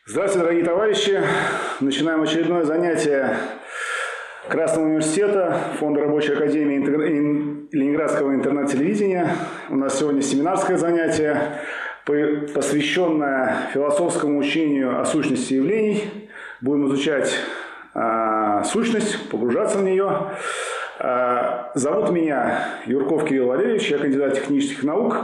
Здравствуйте, дорогие товарищи! Начинаем очередное занятие Красного университета, Фонда Рабочей Академии Ленинградского интернет-телевидения. У нас сегодня семинарское занятие, посвященное философскому учению о сущности явлений. Будем изучать сущность, погружаться в нее. Зовут меня Юрков Кирилл Валерьевич, я кандидат технических наук.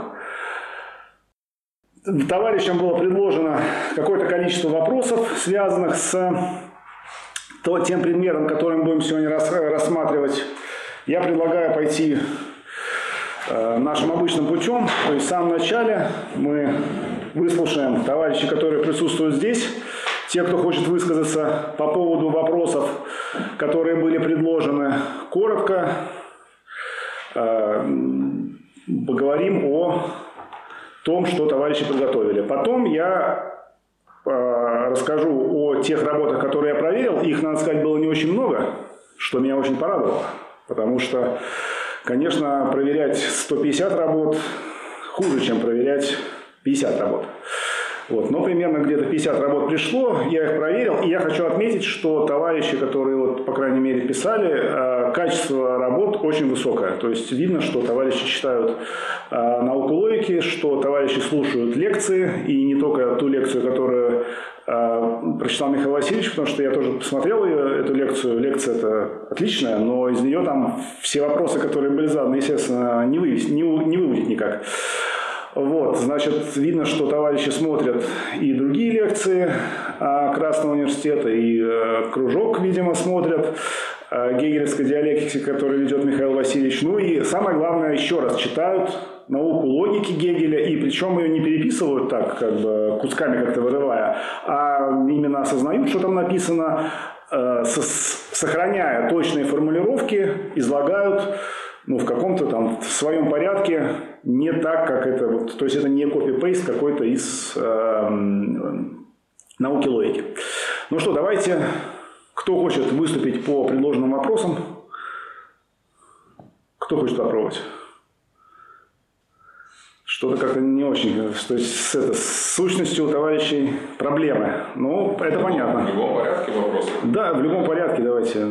Товарищам было предложено какое-то количество вопросов, связанных с тем предметом, который мы будем сегодня рассматривать. Я предлагаю пойти нашим обычным путем. То есть в самом начале мы выслушаем товарищей, которые присутствуют здесь. Те, кто хочет высказаться по поводу вопросов, которые были предложены, коротко поговорим о том, что товарищи подготовили. Потом я расскажу о тех работах, которые я проверил. Их, надо сказать, было не очень много, что меня очень порадовало. Потому что, конечно, проверять 150 работ хуже, чем проверять 50 работ. Но примерно где-то 50 работ пришло, я их проверил, и я хочу отметить, что товарищи, которые, по крайней мере, писали, качество работ очень высокое. То есть видно, что товарищи читают науку логики, что товарищи слушают лекции, и не только ту лекцию, которую прочитал Михаил Васильевич, потому что я тоже посмотрел эту лекцию. Лекция-то отличная, но из нее там все вопросы, которые были заданы, естественно, не выводить никак. Значит, видно, что товарищи смотрят и другие лекции Красного университета, и кружок, видимо, смотрят гегелевской диалектики, которую ведет Михаил Васильевич. И самое главное, еще раз читают науку логики Гегеля, и причем ее не переписывают так, кусками как-то вырывая, а именно осознают, что там написано, сохраняя точные формулировки, излагают в каком-то там в своем порядке, не так, как это, то есть это не копи-пейст какой-то из науки логики. Давайте, кто хочет выступить по предложенным вопросам? Кто хочет попробовать? Что-то как-то не очень, то есть с сущностью у товарищей проблемы. Это понятно. В любом порядке вопросы? Да, в любом порядке давайте.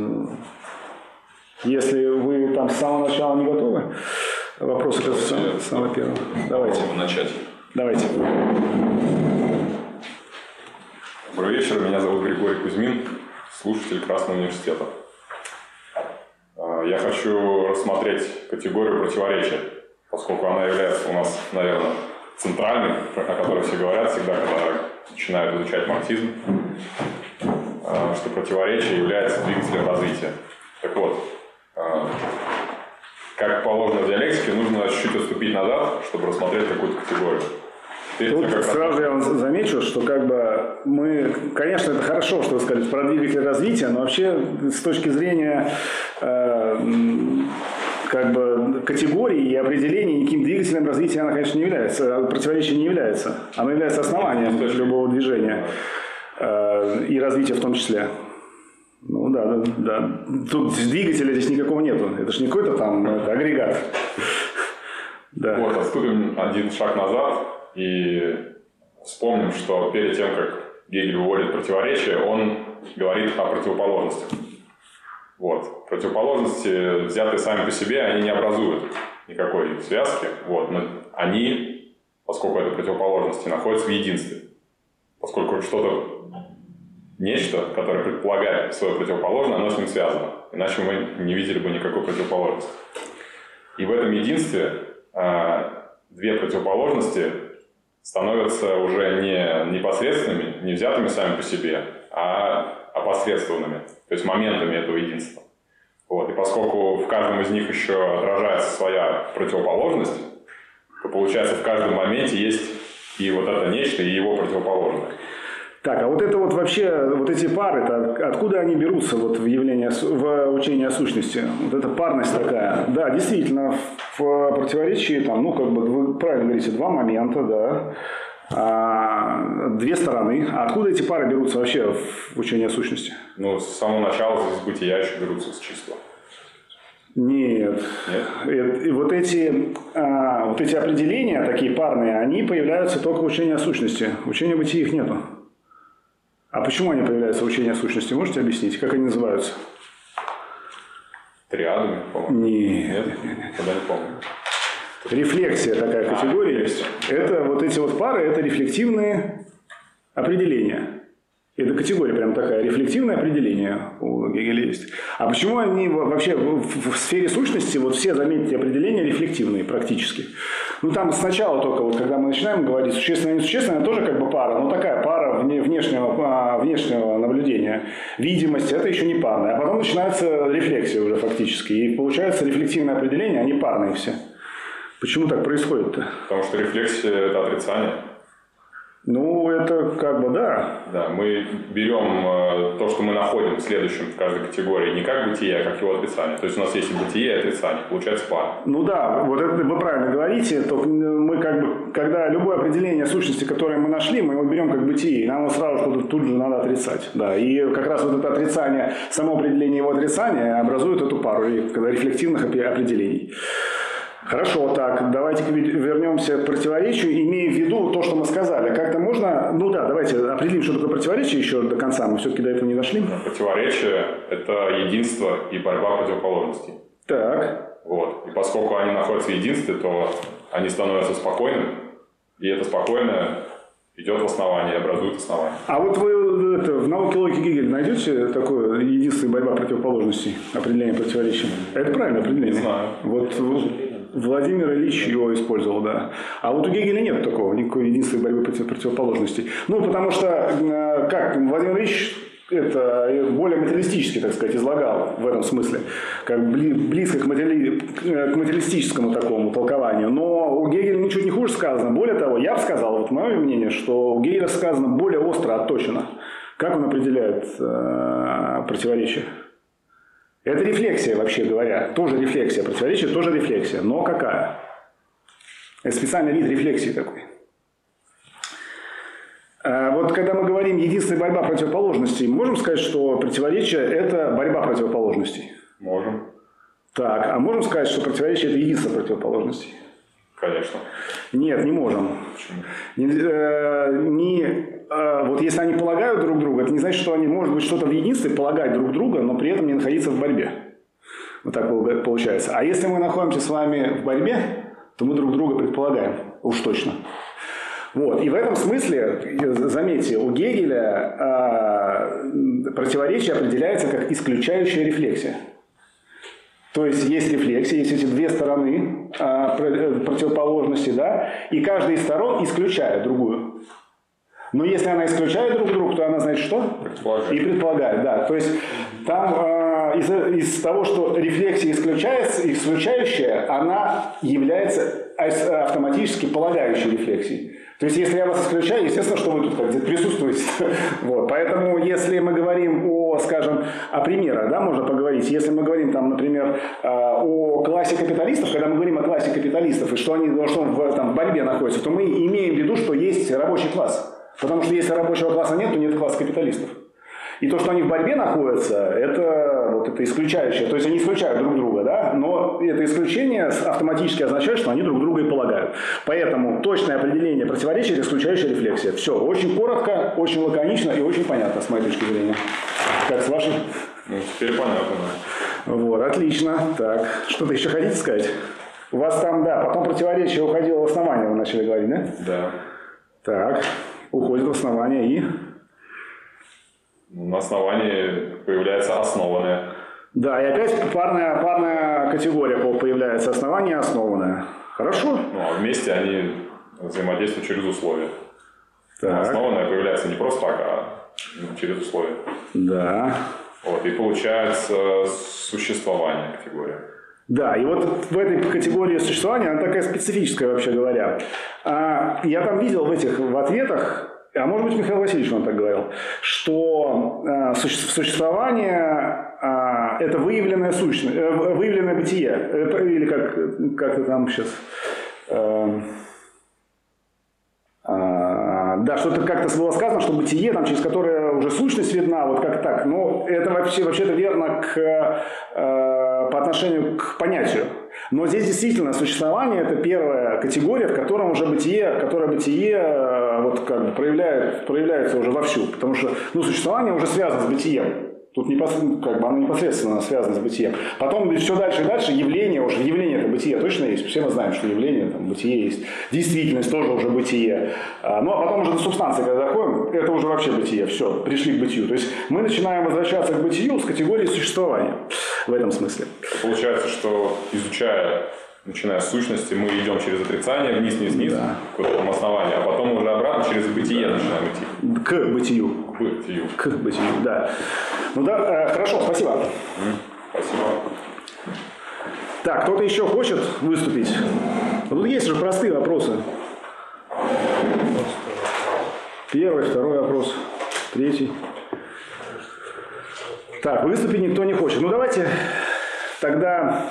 Если вы там с самого начала не готовы, вопросы с самого первого. Давайте. Начать. Давайте. Добрый вечер, меня зовут Григорий Кузьмин, слушатель Красного университета. Я хочу рассмотреть категорию противоречия, поскольку она является у нас, наверное, центральной, о которой все говорят всегда, когда начинают изучать марксизм, что противоречие является двигателем развития. Так вот, как положено в диалектике, нужно чуть-чуть отступить назад, чтобы рассмотреть какую-то категорию. Сразу я вам замечу, что мы, конечно, это хорошо, что вы сказали про двигатель развития, но вообще с точки зрения категории и определений никаким двигателем развития она, конечно, не является, противоречие не является. Оно является основанием любого движения и развития в том числе. Да. Тут двигателя здесь никакого нету. Это же не какой-то там агрегат. Да. Отступим один шаг назад и вспомним, что перед тем, как Гегель выводит противоречие, он говорит о противоположностях. Противоположности, взятые сами по себе, они не образуют никакой связки. Но они, поскольку это противоположности, находятся в единстве. Поскольку что-то нечто, которое предполагает свое противоположное, оно с ним связано. Иначе мы не видели бы никакой противоположности. И в этом единстве две противоположности становятся уже не непосредственными, не взятыми сами по себе, а опосредствованными, то есть моментами этого единства. И поскольку в каждом из них еще отражается своя противоположность, то получается в каждом моменте есть и это нечто, и его противоположное. Так, а это вообще, эти пары, откуда они берутся в учении о сущности? Эта парность такая. Да, действительно, в противоречии, вы правильно говорите, два момента, да, две стороны. А откуда эти пары берутся вообще в учении о сущности? С самого начала из бытия еще берутся с числа. Нет. И эти определения, такие парные, они появляются только в учении о сущности. В учении о бытии их нету. А почему они появляются в учении о сущности? Можете объяснить, как они называются? Триадами, по-моему. Нет. Тогда не помню. Рефлексия такая категория есть. Это вот эти вот пары, это рефлективные определения. Это категория прям такая, рефлективное определение у Гегеля есть. А почему они вообще в сфере сущности, вот все, заметьте, определения рефлективные практически? Ну, там сначала только, вот, когда мы начинаем говорить существенное и несущественное, тоже как бы пара, но такая пара внешнего наблюдения. Видимость – это еще не парная. А потом начинается рефлексия уже фактически. И получается рефлективное определение, они парные все. Почему так происходит-то? Потому что рефлексия – это отрицание. Ну, это как бы да. Да, мы берем то, что мы находим следующим в каждой категории, не как бытие, а как его отрицание. То есть у нас есть и бытие, и отрицание. Получается пара. Ну да, вот это вы правильно говорите. Только мы как бы, когда любое определение сущности, которое мы нашли, мы его берем как бытие, и нам его сразу тут же надо отрицать. Да. И как раз вот это отрицание, само определение его отрицания образует эту пару рефлективных определений. Хорошо, так, давайте вернемся к противоречию, имея в виду то, что мы сказали. Как-то можно, ну да, давайте определим, что такое противоречие еще до конца, мы все-таки до этого не дошли. Противоречие – это единство и борьба противоположностей. Так. Вот. И поскольку они находятся в единстве, то они становятся спокойными, и это спокойное идет в основание, образует основание. А вот вы в науке логики Гегеля найдете такое единство и борьба противоположностей, определение противоречия? Это правильное определение? Не знаю. Вот Владимир Ильич его использовал, да. А вот у Гегеля нет такого, никакой единства и борьбы противоположностей. Ну, потому что, как Владимир Ильич это более материалистически, так сказать, излагал в этом смысле, как близко к материалистическому такому толкованию. Но у Гегеля ничуть не хуже сказано. Более того, я бы сказал, вот мое мнение, что у Гегеля сказано более остро, отточено. Как он определяет противоречие? Это рефлексия, вообще говоря. Тоже рефлексия. Противоречие тоже рефлексия. Но какая? Это специальный вид рефлексии такой. Вот когда мы говорим единство и борьба противоположностей, мы можем сказать, что противоречие – это борьба противоположностей? Можем. Так, а можем сказать, что противоречие – это единство противоположностей? Конечно. Нет, не можем. Почему? Вот если они полагают друг друга, это не значит, что они, может быть, что-то в единстве полагать друг друга, но при этом не находиться в борьбе. Вот так получается. А если мы находимся с вами в борьбе, то мы друг друга предполагаем. Уж точно. Вот. И в этом смысле, заметьте, у Гегеля противоречие определяется как исключающая рефлексия. То есть есть рефлексия, есть эти две стороны противоположности, да, и каждая из сторон исключает другую. Но если она исключает друг друга, то она, значит, что? Предполагает. И предполагает, да. То есть там из того, что рефлексия исключающая, она является автоматически полагающей рефлексией. То есть, если я вас исключаю, естественно, что вы тут как-то присутствуете. Вот. Поэтому, если мы говорим скажем, о примерах, да, можно поговорить. Если мы говорим, там, например, о классе капиталистов, когда мы говорим о классе капиталистов и что он в борьбе находится, то мы имеем в виду, что есть рабочий класс. Потому что если рабочего класса нет, то нет класса капиталистов. И то, что они в борьбе находятся, это исключающее. То есть они исключают друг друга, да? Но это исключение автоматически означает, что они друг друга и полагают. Поэтому точное определение противоречия – это исключающая рефлексия. Все, очень коротко, очень лаконично и очень понятно, с моей точки зрения. Как с вашей? Ну, теперь понятно, да. Вот, отлично. Так, что-то еще хотите сказать? У вас там, да, потом противоречие уходило в основание, вы начали говорить, да? Да. Так, уходит в основание и... На основании появляется основанное. Да, и опять парная категория появляется. Основание и основанное. Хорошо? Ну, а вместе они взаимодействуют через условия. Так. Основанное появляется не просто так, а через условия. Да. Вот, и получается существование категория. Да, и вот в этой категории существования, она такая специфическая, вообще говоря. Я там видел в ответах, а может быть, Михаил Васильевич вам так говорил, что существование – это выявленное сущность, выявленное бытие. Или как-то там сейчас… Да, что-то как-то было сказано, что бытие, там, через которое уже сущность видна, вот как так. Но это вообще-то верно к по отношению к понятию. Но здесь действительно существование – это первая категория, в котором уже которое бытие вот как бы проявляется уже вовсю. Потому что существование уже связано с бытием. Тут как бы оно непосредственно связано с бытием. Потом все дальше и дальше явление это бытие точно есть. Все мы знаем, что явление, там, бытие есть. Действительность тоже уже бытие. А потом уже до субстанции, когда доходим, это уже вообще бытие. Все, пришли к бытию. То есть мы начинаем возвращаться к бытию с категории существования в этом смысле. Получается, что начиная с сущности, мы идем через отрицание, вниз, да, к этому основанию, а потом уже обратно через бытие начинаем идти. К бытию. К бытию, да. Хорошо, спасибо. Спасибо. Так, кто-то еще хочет выступить? Тут есть же простые вопросы. Первый, второй вопрос, третий. Так, выступить никто не хочет. Давайте тогда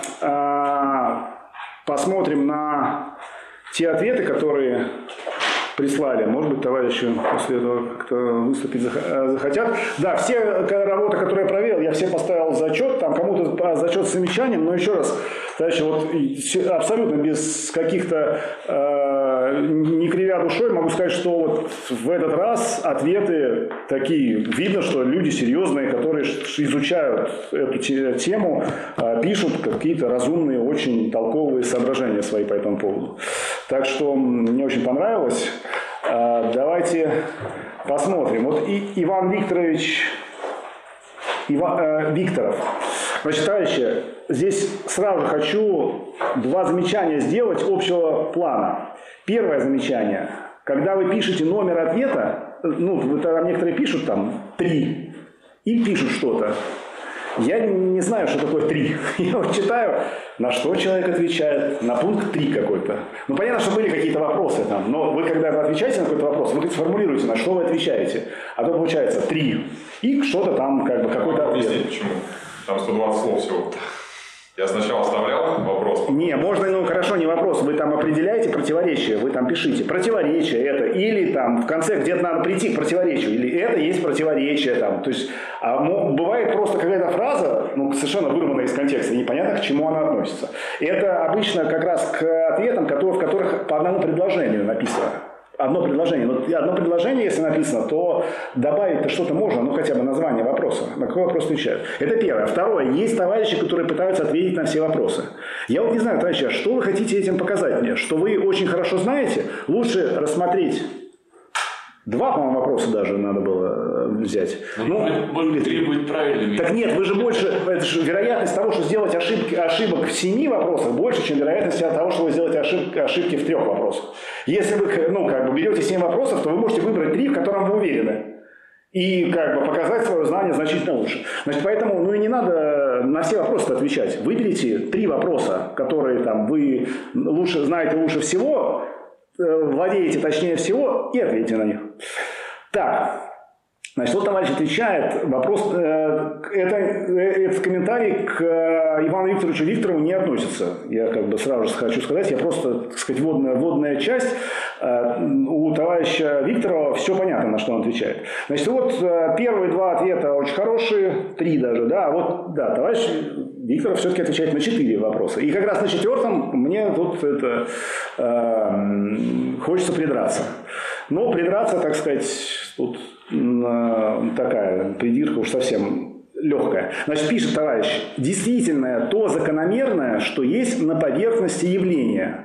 посмотрим на те ответы, которые прислали. Может быть, товарищи после этого как-то выступить захотят. Да, все работы, которые я проверил, я все поставил в зачет. Там кому-то зачет с замечанием. Но еще раз, товарищи, абсолютно без каких-то не кривя душой, могу сказать, что в этот раз ответы такие. Видно, что люди серьезные, которые изучают эту тему, пишут какие-то разумные, очень толковые соображения свои по этому поводу. Так что мне очень понравилось. Давайте посмотрим. Иван Викторович Викторов. Значит, товарищи, здесь сразу же хочу два замечания сделать общего плана. Первое замечание. Когда вы пишете номер ответа, некоторые пишут там 3 и пишут что-то. Я не знаю, что такое 3. Я читаю, на что человек отвечает, на пункт 3 какой-то. Понятно, что были какие-то вопросы там, но вы, когда отвечаете на какой-то вопрос, вы сформулируете, на что вы отвечаете. А то получается 3 и что-то там, как бы, какой-то ответ. Объяснить, почему? Там 120 слов всего. Я сначала вставлял вопрос. Не, можно, хорошо, не вопрос. Вы там определяете противоречие, вы там пишите противоречие это, или там в конце где-то надо прийти к противоречию, или это есть противоречие там. То есть, бывает просто какая-то фраза, совершенно вырванная из контекста, и непонятно, к чему она относится. Это обычно как раз к ответам, в которых по одному предложению написано. Одно предложение. Но одно предложение, если написано, то добавить-то что-то можно, хотя бы название вопроса. На какой вопрос отвечают. Это первое. Второе. Есть товарищи, которые пытаются ответить на все вопросы. Я не знаю, товарищи, что вы хотите этим показать мне? Что вы очень хорошо знаете? Лучше рассмотреть 2, по-моему, вопроса даже надо было взять. Может, 3 будет правильными. Так нет, вы же больше... Это же вероятность того, что сделать ошибок в 7 вопросах больше, чем вероятность того, что вы сделаете ошибки в 3 вопросах. Если вы берете 7 вопросов, то вы можете выбрать 3, в котором вы уверены. И показать свое знание значительно лучше. Значит, поэтому и не надо на все вопросы отвечать. Выберите 3 вопроса, которые вы знаете лучше всего, владеете точнее всего, и ответьте на них. Так, значит, товарищ отвечает. Вопрос, этот комментарий к Ивану Викторовичу Викторову не относится. Я сразу же хочу сказать, я просто, так сказать, вводная часть. У товарища Викторова все понятно, на что он отвечает. Значит, первые 2 ответа очень хорошие, 3 даже, да. Товарищ Викторов все-таки отвечает на 4 вопроса. И как раз на 4-м мне тут хочется придраться. Но придраться, так сказать, тут такая придирка уж совсем легкая. Значит, пишет товарищ: действительно то закономерное, что есть на поверхности явления.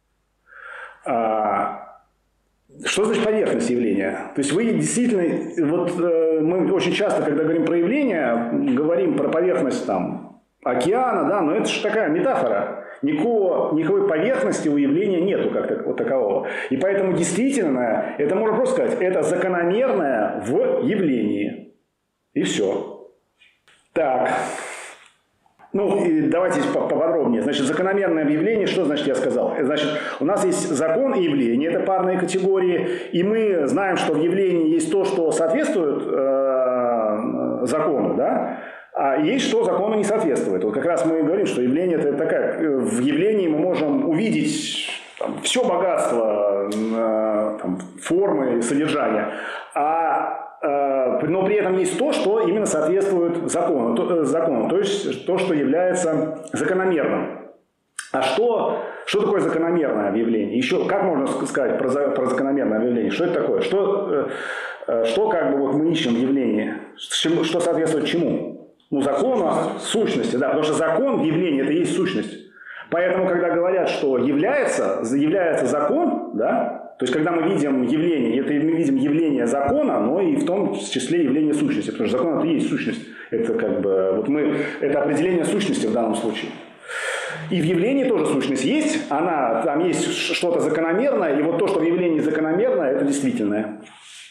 Что значит поверхность явления? То есть вы действительно, мы очень часто, когда говорим про явление, говорим про поверхность океана, да, но это же такая метафора. Никакой поверхности у явления нету как такового. И поэтому действительно, это можно просто сказать, это закономерное в явлении. И все. Так. Давайте поподробнее. Значит, закономерное явление, что значит я сказал? Значит, у нас есть закон и явление, это парные категории, и мы знаем, что в явлении есть то, что соответствует закону, да? А есть, что закону не соответствует. Как раз мы и говорим, что явление это такая. В явлении мы можем увидеть все богатство формы и содержания. А но при этом есть то, что именно соответствует закону, то есть то, что является закономерным. А что такое закономерное объявление? Еще как можно сказать про закономерное объявление? Что это такое? Что как бы вот мы ищем в явлении? Что соответствует чему? Ну, закону, сущности, да, потому что закон в явлении – это и есть сущность. Поэтому, когда говорят, что является закон, да, то есть, когда мы видим явление, это мы видим явление закона, но и в том числе явление сущности, потому что закон – это и есть сущность. Это как бы, вот это определение сущности в данном случае. И в явлении тоже сущность есть, там есть что-то закономерное, и вот то, что в явлении закономерное, это действительное.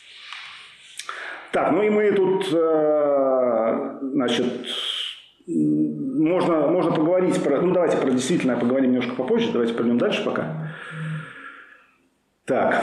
Так, ну и мы тут, значит, можно поговорить про... Ну, давайте про действительное поговорим немножко попозже, давайте пойдем дальше пока. Так.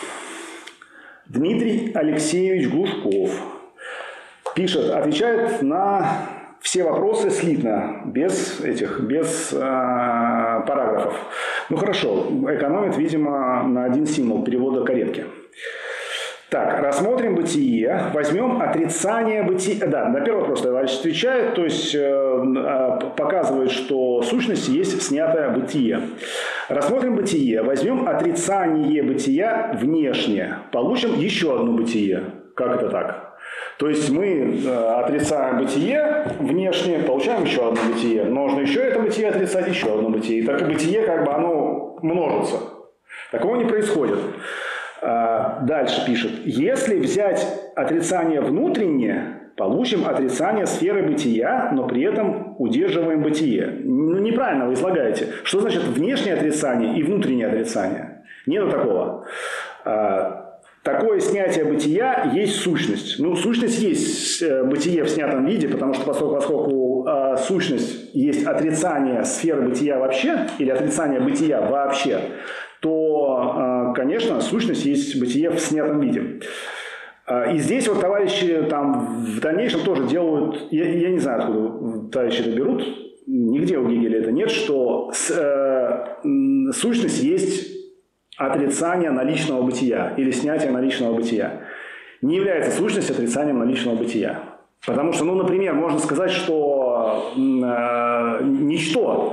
Дмитрий Алексеевич Глушков пишет, отвечает на все вопросы слитно, без параграфов. Ну хорошо, экономит, видимо, на один символ перевода каретки. Так, рассмотрим бытие, возьмем отрицание бытия. Да, на первый вопрос товарищ отвечает, то есть показывает, что сущность есть снятое бытие. Рассмотрим бытие, возьмем отрицание бытия внешне, получим еще одно бытие. Как это так? То есть мы отрицаем бытие внешне, получаем еще одно бытие. Нужно еще это бытие отрицать, еще одно бытие. И так бытие как бы оно множится. Такого не происходит. Дальше пишет. Если взять отрицание внутреннее, получим отрицание сферы бытия, но при этом удерживаем бытие. Ну, неправильно вы излагаете. Что значит внешнее отрицание и внутреннее отрицание? Нету такого. Такое снятие бытия есть сущность. Ну, сущность есть бытие в снятом виде, потому что поскольку сущность есть отрицание сферы бытия вообще, или отрицание бытия вообще, то, конечно, сущность есть бытие в снятом виде. И здесь вот товарищи там в дальнейшем тоже делают, я не знаю, откуда товарищи это берут, нигде у Гегеля это нет, что сущность есть отрицание наличного бытия или снятие наличного бытия. Не является сущность отрицанием наличного бытия. Потому что, ну, например, можно сказать, что ничто,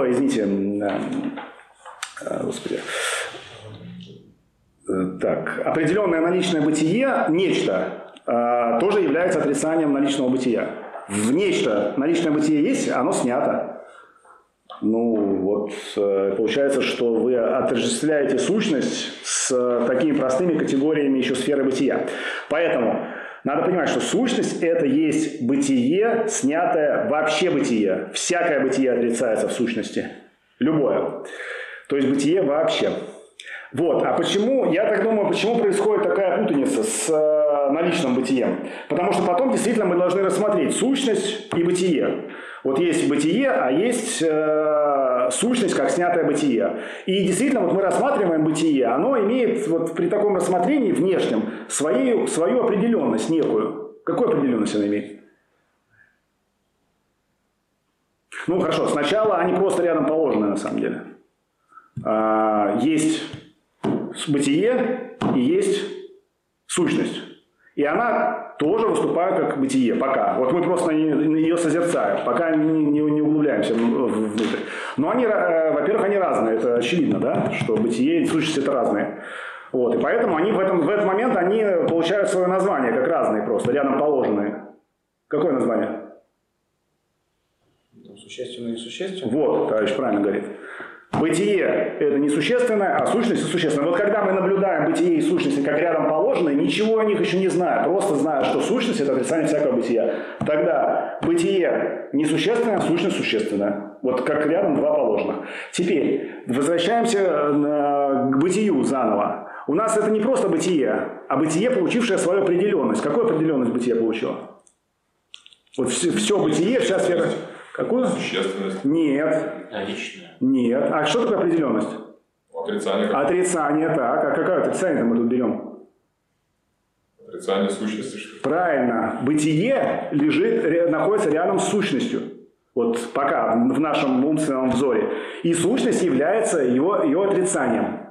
определенное наличное бытие, нечто, тоже является отрицанием наличного бытия. В нечто наличное бытие есть, оно снято. Ну, вот, получается, что вы отождествляете сущность с такими простыми категориями еще сферы бытия. Поэтому надо понимать, что сущность – это есть бытие, снятое вообще бытие. Всякое бытие отрицается в сущности. Любое. То есть бытие вообще. Вот. А почему, я так думаю, почему происходит такая путаница с наличным бытием? Потому что потом действительно мы должны рассмотреть сущность и бытие. Вот есть бытие, а есть сущность как снятое бытие. И действительно, вот мы рассматриваем бытие, оно имеет вот при таком рассмотрении внешнем свою определенность некую. Какую определенность она имеет? Ну хорошо, сначала они просто рядом положены на самом деле. Есть бытие и есть сущность. И она тоже выступает как бытие, пока. Вот мы просто ее созерцаем, пока не углубляемся внутрь. Но они, во-первых, они разные, это очевидно, да, что бытие и сущность это разные. Вот, и поэтому они в этот момент они получают свое название, как разные просто, рядом положенные. Какое название? Существенное и несущественное. Вот, товарищ правильно говорит. Бытие – это несущественное, а сущность – это существенное. Вот когда мы наблюдаем бытие и сущность как рядом положенные, ничего о них еще не зная, просто зная, что сущность – это отрицание всякого бытия. Тогда бытие несущественное, а сущность существенная. Вот как рядом два положенных. Теперь возвращаемся к бытию заново. У нас это не просто бытие, а бытие, получившее свою определенность. Какую определенность бытие получило? Вот все бытие, вся сфера... Какую? Существенность. Нет. Наличная. Нет. А что такое определенность? Отрицание. Отрицание, так. А какое отрицание мы тут берем? Отрицание сущности, что ли? Правильно. Бытие находится рядом с сущностью. Вот пока в нашем умственном взоре. И сущность является его отрицанием.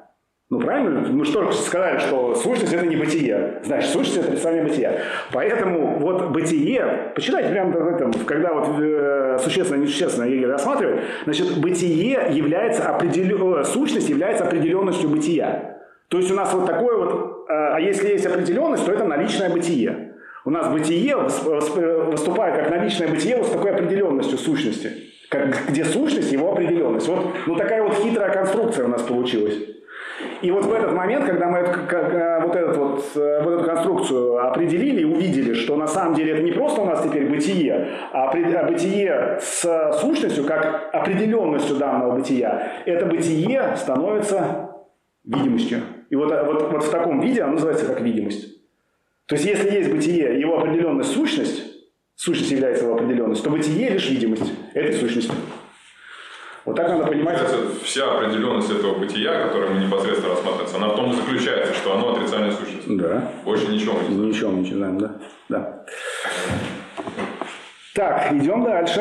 Ну, правильно? Мы же только сказали, что сущность – это не бытие. Значит, сущность – это отрицание бытия. Поэтому вот бытие, почитайте прямо в этом, когда вот существенно и несущественно рассматривать, значит, бытие является сущность является определенностью бытия. То есть у нас вот такое вот, а если есть определенность, то это наличное бытие. У нас бытие выступает как наличное бытие вот с такой определенностью сущности, где сущность его определенность. Вот ну, такая вот хитрая конструкция у нас получилась. И вот в этот момент, когда мы вот эту конструкцию определили и увидели, что на самом деле это не просто у нас теперь бытие, а бытие с сущностью, как определенностью данного бытия, это бытие становится видимостью. И вот в таком виде оно называется как видимость. То есть, если есть бытие, его определенность сущность является его определенностью, то бытие лишь видимость этой сущности. Вот так надо понимать. Вся определенность этого бытия, которое мы непосредственно рассматриваем, она в том и заключается, что оно отрицание сущности. Да. Больше ничего не знаем. Ничего не знаем, да. Да. Так, идем дальше.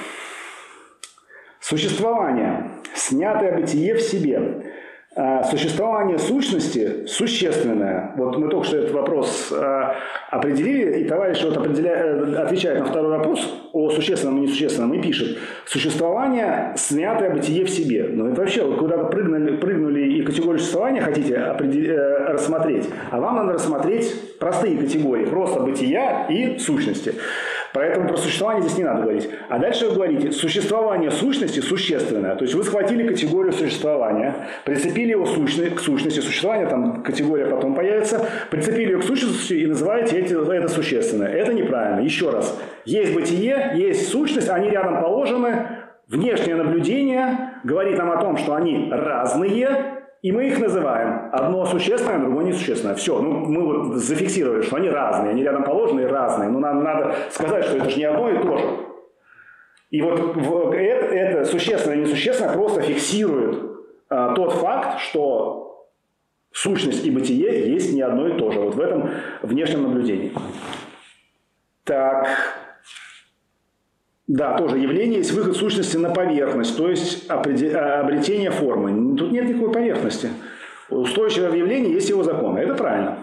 Существование. Снятое бытие в себе. Существование сущности существенное. Вот мы только что этот вопрос определили, и товарищ вот отвечает на второй вопрос о существенном и несущественном и пишет: существование, снятое бытие в себе. Ну это вообще, вы куда-то прыгнули и категорию существования хотите рассмотреть, а вам надо рассмотреть простые категории, просто бытия и сущности. Поэтому про существование здесь не надо говорить. А дальше вы говорите, существование сущности существенное. То есть вы схватили категорию существования, прицепили его к сущности, существование, там категория потом появится, прицепили ее к сущности и называете это существенное. Это неправильно. Еще раз. Есть бытие, есть сущность, они рядом положены. Внешнее наблюдение говорит нам о том, что они разные, и мы их называем. Одно существенное, другое несущественное. Все, ну мы вот зафиксировали, что они разные, они рядом положены и разные. Но нам надо сказать, что это же не одно и то же. И вот это существенное и несущественное просто фиксирует тот факт, что сущность и бытие есть не одно и то же. Вот в этом внешнем наблюдении. Так. Да, тоже явление есть выход сущности на поверхность, то есть обретение формы. Тут нет никакой поверхности. Устойчивое в явлении есть его законы. Это правильно.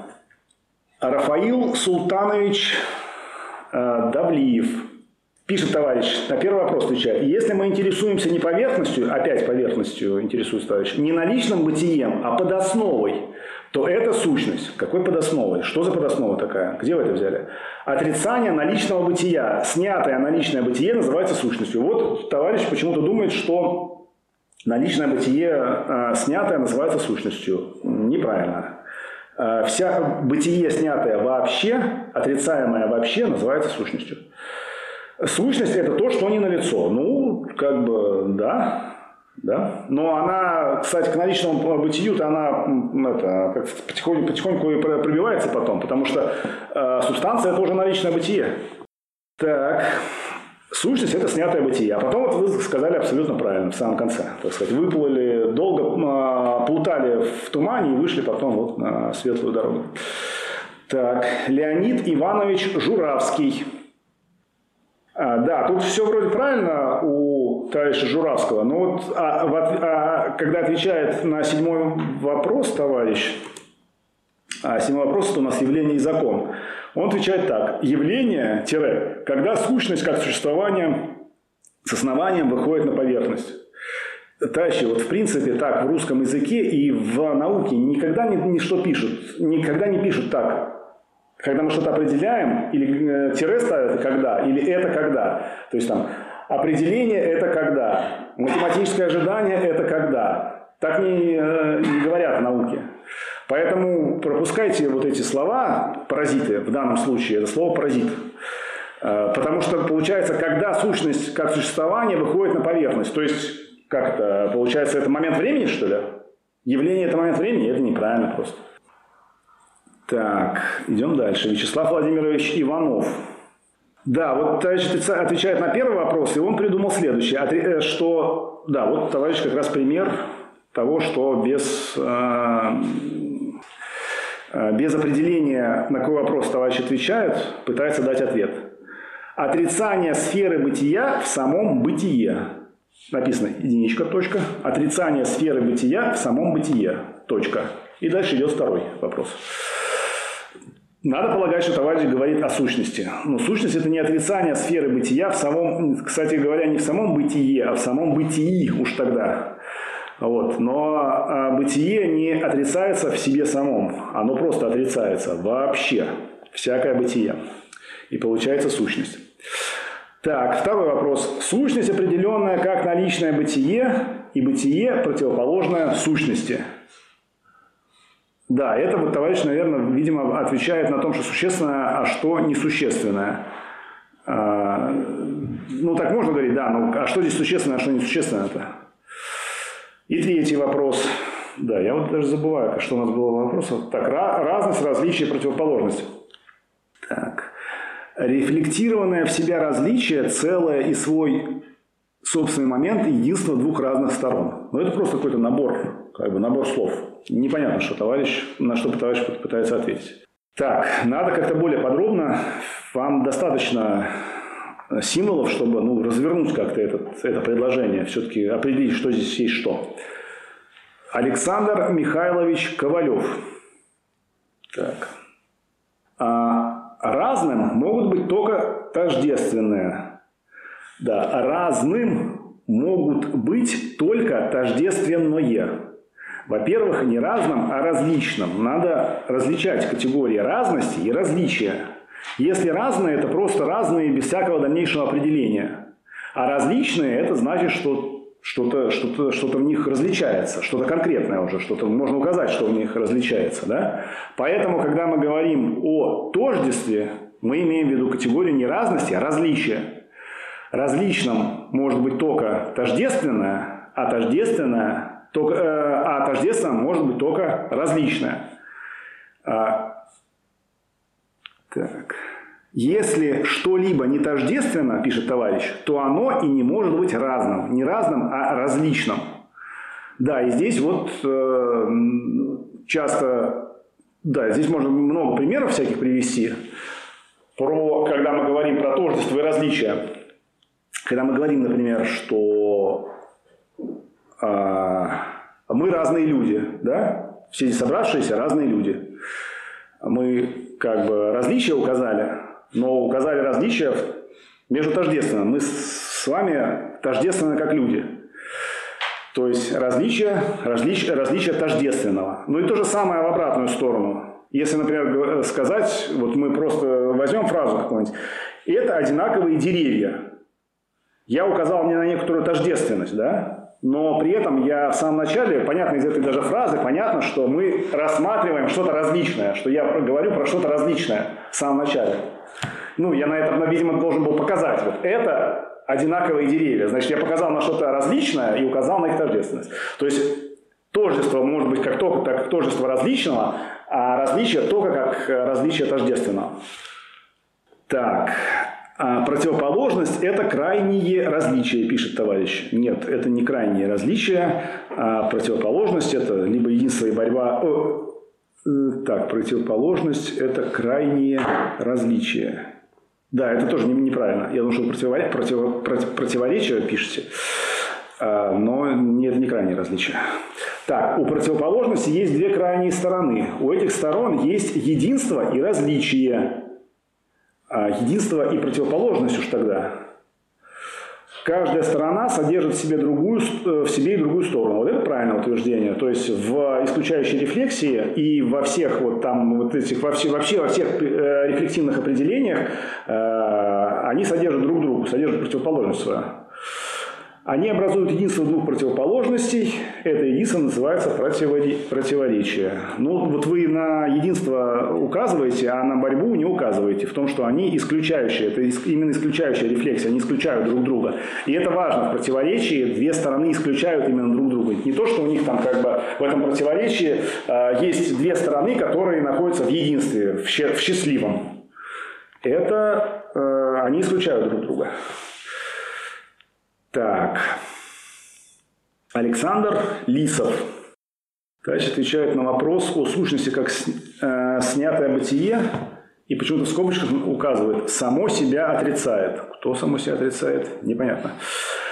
Рафаил Султанович Давлиев. Пишет товарищ, на первый вопрос отвечает. Если мы интересуемся не поверхностью, опять поверхностью интересуется товарищ, не наличным бытием, а подосновой, то это сущность. Какой подосновой? Что за подоснова такая? Где вы это взяли? Отрицание наличного бытия. Снятое наличное бытие называется сущностью. Вот товарищ почему-то думает, что наличное бытие снятое называется сущностью. Неправильно. Вся бытие снятое вообще, отрицаемое вообще называется сущностью. Сущность – это то, что не налицо. Ну, как бы, да. Но она, кстати, к наличному бытию-то она потихоньку и пробивается потом, потому что субстанция – это уже наличное бытие. Так, сущность – это снятое бытие. А потом вот вы сказали абсолютно правильно в самом конце. Так сказать, выплыли, долго плутали в тумане и вышли потом вот на светлую дорогу. Так, Леонид Иванович Журавский. Да, тут все вроде правильно у товарища Журавского, но вот когда отвечает на 7-й вопрос товарищ, 7-й вопрос – это у нас явление и закон, он отвечает так: явление, когда сущность как существование с основанием выходит на поверхность. Товарищи, вот в принципе так в русском языке и в науке никогда никогда не пишут так. Когда мы что-то определяем, или тире ставят когда, или это когда. То есть там определение это когда, математическое ожидание это когда. Так не говорят в науке. Поэтому пропускайте вот эти слова, паразиты, в данном случае это слово паразит. Потому что получается, когда сущность как существование выходит на поверхность. То есть, как это, получается, это момент времени, что ли? Явление это момент времени? Это неправильно просто. Так, идем дальше. Вячеслав Владимирович Иванов. Да, вот товарищ отвечает на первый вопрос, и он придумал следующее. Что, да, вот товарищ как раз пример того, что без определения, на какой вопрос товарищ отвечает, пытается дать ответ. Отрицание сферы бытия в самом бытие. написано единичка, точка, отрицание сферы бытия в самом бытие, точка. И дальше идет второй вопрос. Надо полагать, что товарищ говорит о сущности. Но сущность – это не отрицание сферы бытия в самом, кстати говоря, не в самом бытие, а в самом бытии уж тогда. Вот. Но бытие не отрицается в себе самом, оно просто отрицается вообще, всякое бытие. И получается сущность. Так, второй вопрос. Сущность определенная как наличное бытие, и бытие противоположное сущности. Да, это вот товарищ, наверное, видимо, отвечает на том, что существенное, а что несущественное. Ну, так можно говорить, да, ну, а что здесь существенное, а что несущественное-то? И третий вопрос. Да, я вот даже забываю, что у нас было вопрос. Так, разность, различие, противоположность. Так. Рефлектированное в себя различие, целое и свой собственный момент, единство двух разных сторон. Но это просто какой-то набор, набор слов. Непонятно, на что товарищ пытается ответить. Так, надо как-то более подробно. Вам достаточно символов, чтобы развернуть как-то это предложение, все-таки определить, что здесь есть что. Александр Михайлович Ковалев. Так. Разным могут быть только тождественные. Да, разным могут быть только тождественное. Во-первых, не разным, а различным. Надо различать категории разности и различия. Если разные, это просто разные без всякого дальнейшего определения. А различные, это значит, что что-то в них различается, что-то конкретное уже, что-то можно указать, что в них различается. Да? Поэтому, когда мы говорим о тождестве, мы имеем в виду категорию не разности, а различия. Различным может быть только тождественное, а тождественным может быть только различное. Так. Если что-либо не тождественно, пишет товарищ, то оно и не может быть разным. Не разным, а различным. Да, и здесь вот часто... Да, здесь можно много примеров всяких привести. Когда мы говорим про тождество и различия. Когда мы говорим, например, что мы разные люди, да? Все здесь собравшиеся разные люди. Мы различия указали, но указали различия между тождественным. Мы с вами тождественны как люди. То есть различие тождественного. Ну и то же самое в обратную сторону. Если, например, сказать, вот мы просто возьмем фразу какую-нибудь, это одинаковые деревья. Я указал мне на некоторую тождественность, да? Но при этом я в самом начале, понятно, из этой даже фразы, понятно, что мы рассматриваем что-то различное, что я говорю про что-то различное в самом начале. Я на этом, видимо, должен был показать. Вот это одинаковые деревья. Значит, я показал на что-то различное и указал на их тождественность. То есть тождество может быть как тождество различного, а различие только как различие тождественного. Так. Противоположность – это крайние различия, пишет товарищ. Нет, это не крайние различия. Противоположность – это либо единство и борьба. Противоположность – это крайние различия. Да, это тоже неправильно. Я думаю, что противоречие пишете, но это не крайние различия. Так, у противоположности есть две крайние стороны. У этих сторон есть единство и различие. Единство и противоположность уж тогда. Каждая сторона содержит в себе и другую сторону. Вот это правильное утверждение. То есть в исключающей рефлексии и во всех вообще во всех рефлексивных определениях они содержат друг друга, содержат противоположность свою. Они образуют единство двух противоположностей. Это единство называется противоречие. Вот вы на единство указываете, а на борьбу не указываете. В том, что они исключающие. Это именно исключающая рефлексия. Они исключают друг друга. И это важно. В противоречии две стороны исключают именно друг друга. Не то, что у них там в этом противоречии есть две стороны, которые находятся в единстве, в счастливом. Это они исключают друг друга. Так. Александр Лисов. Товарищ отвечает на вопрос о сущности как снятое бытие и почему-то в скобочках указывает «само себя отрицает». Кто само себя отрицает? Непонятно.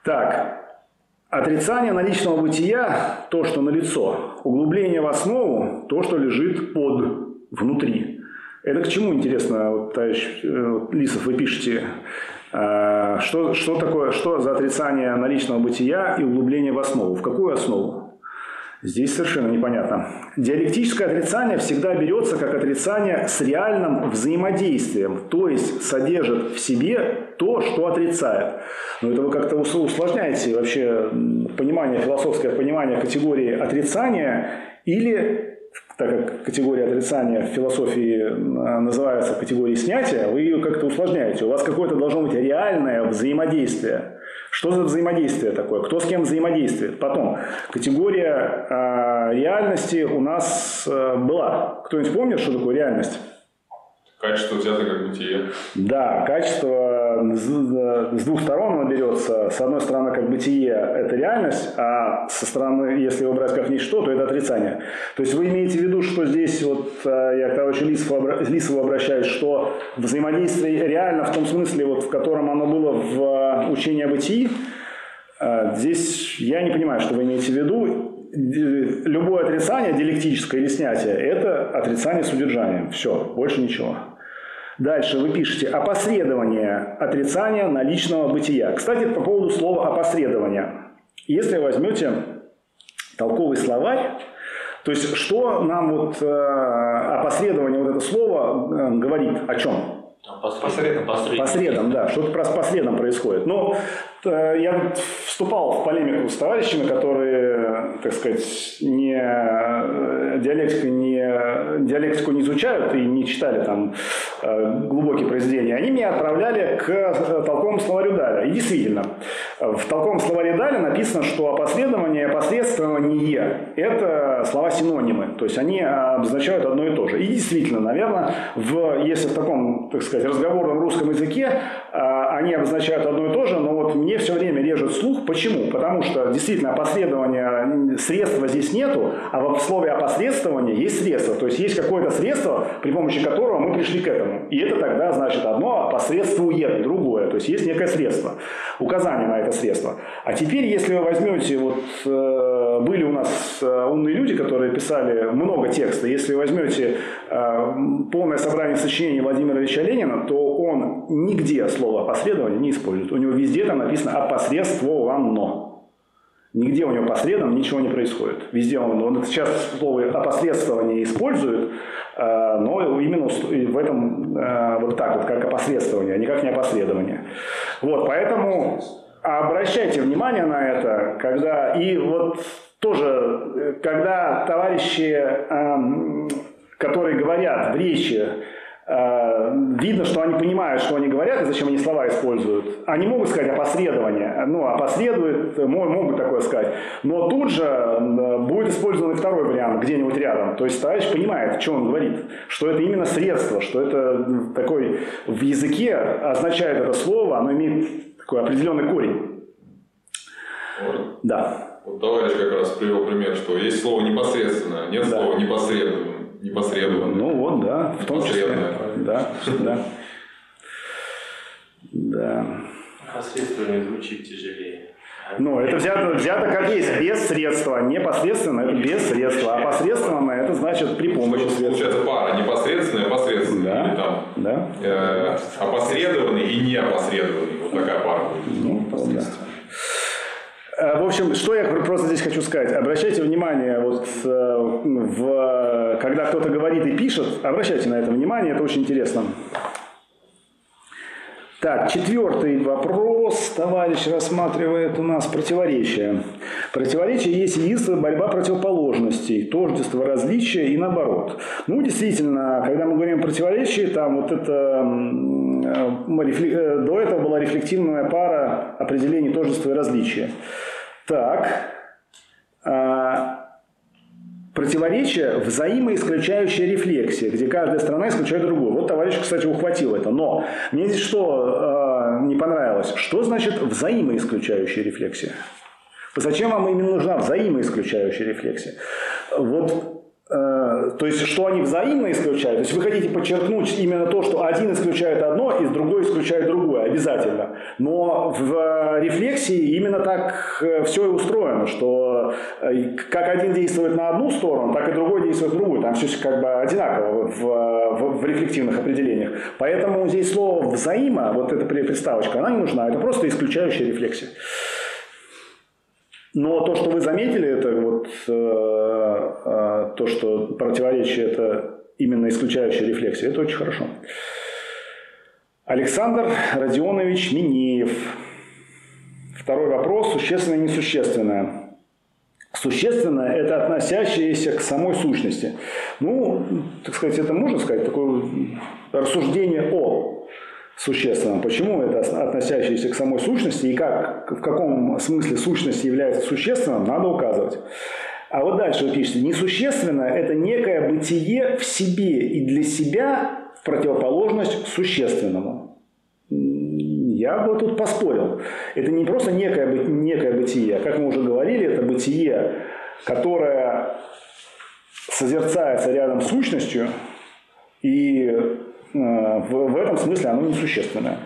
Так. Отрицание наличного бытия – то, что налицо. Углубление в основу – то, что лежит внутри. Это к чему, интересно, вот, товарищ Лисов, вы пишете, что такое, что за отрицание наличного бытия и углубление в основу? В какую основу? Здесь совершенно непонятно. Диалектическое отрицание всегда берется как отрицание с реальным взаимодействием, то есть содержит в себе то, что отрицает. Но это вы как-то усложняете вообще философское понимание категории отрицания, или, так как категория отрицания в философии называется категорией снятия, вы ее как-то усложняете. У вас какое-то должно быть реальное взаимодействие. Что за взаимодействие такое? Кто с кем взаимодействует? Потом, категория реальности у нас была. Кто-нибудь помнит, что такое реальность? Качество взято как бытие. Да, качество с двух сторон оно берется. С одной стороны, как бытие – это реальность, а со стороны, если его брать как ничто, то это отрицание. То есть вы имеете в виду, что здесь, вот я к товарищу Лисову обращаюсь, что взаимодействие реально в том смысле, вот, в котором оно было в учении о бытии. Здесь я не понимаю, что вы имеете в виду. Любое отрицание, диалектическое или снятие, это отрицание с удержанием. Все, больше ничего. Дальше вы пишете опосредование отрицания наличного бытия. Кстати, по поводу слова опосредование. Если возьмете толковый словарь, то есть что нам вот опосредование, вот это слово говорит о чем? Посредом, да. Что-то посредом происходит. Но я вступал в полемику с товарищами, которые, так сказать, диалектику не изучают и не читали там глубокие произведения. Они меня отправляли к толковому словарю Даля. И действительно, в толковом словаре Даля написано, что опосредование и опосредствование – это слова-синонимы. То есть они обозначают одно и то же. И действительно, наверное, если в таком, так сказать, разговорном русском языке они обозначают одно и то же, но вот мне все время режет слух. Почему? Потому что действительно опосредования, средства здесь нету, а в слове опосредствование есть средство. То есть есть какое-то средство, при помощи которого мы пришли к этому. И это тогда значит одно опосредствует другое. То есть есть некое средство, указание на это средство. А теперь, если вы возьмете, вот были у нас умные люди, которые писали много текста, если вы возьмете полное собрание сочинений Владимира Ильича Ленина, то он нигде слово опосредование не использует. У него везде там написано опосредствовано. Нигде у него посредом ничего не происходит. Везде он сейчас слово опосредствование использует, но именно в этом вот так вот, как опосредствование, а никак не опосредование. Вот, поэтому обращайте внимание на это, когда и вот тоже, когда товарищи, которые говорят в речи, видно, что они понимают, что они говорят и зачем они слова используют. Они могут сказать опосредование, опосредует, могут такое сказать. Но тут же будет использован второй вариант где-нибудь рядом. То есть товарищ понимает, что он говорит, что это именно средство, что это такой в языке означает это слово, оно имеет такой определенный корень. Можно? Да. Вот товарищ как раз привел пример, что есть слово непосредственно, нет слова непосредственно. Ну вот, да, в том числе. Да. Посредственно звучит тяжелее. Ну, это взято как есть, без средства. Непосредственно это без средства. А посредственно это значит при помощи средства. Получается пара непосредственная и опосредственная. Да. Или там опосредованный и неопосредованный. Вот такая пара будет. Ну, да. В общем, что я просто здесь хочу сказать. Обращайте внимание, вот когда кто-то говорит и пишет, обращайте на это внимание, это очень интересно. Так, 4-й вопрос. Товарищ рассматривает у нас противоречие. Противоречие есть единство, борьба противоположностей, тождество, различия и наоборот. Ну, действительно, когда мы говорим о противоречии, там вот это до этого была рефлективная пара определений тождества и различия. Так, противоречие – взаимоисключающая рефлексия, где каждая сторона исключает другую. Вот товарищ, кстати, ухватил это. Но мне здесь что не понравилось? Что значит взаимоисключающая рефлексия? Зачем вам именно нужна взаимоисключающая рефлексия? Вот то есть, что они взаимно исключают. То есть, вы хотите подчеркнуть именно то, что один исключает одно, и другой исключает другое, обязательно. Но в рефлексии именно так все и устроено, что как один действует на одну сторону, так и другой действует в другую. Там все как бы одинаково в рефлективных определениях. Поэтому здесь слово «взаимо», вот эта приставочка, она не нужна. Это просто исключающая рефлексия. Но то, что вы заметили, это вот то, что противоречие – это именно исключающая рефлексия, это очень хорошо. Александр Родионович Минеев. Второй вопрос. Существенное и несущественное. Существенное – это относящееся к самой сущности. Ну, так сказать, это можно сказать, такое рассуждение о существенном. Почему это относящееся к самой сущности и как, в каком смысле сущность является существенным, надо указывать. А вот дальше вы пишете, несущественное – это некое бытие в себе и для себя в противоположность существенному. Я бы тут поспорил. Это не просто некое бытие. Как мы уже говорили, это бытие, которое созерцается рядом с сущностью, и в этом смысле оно несущественное.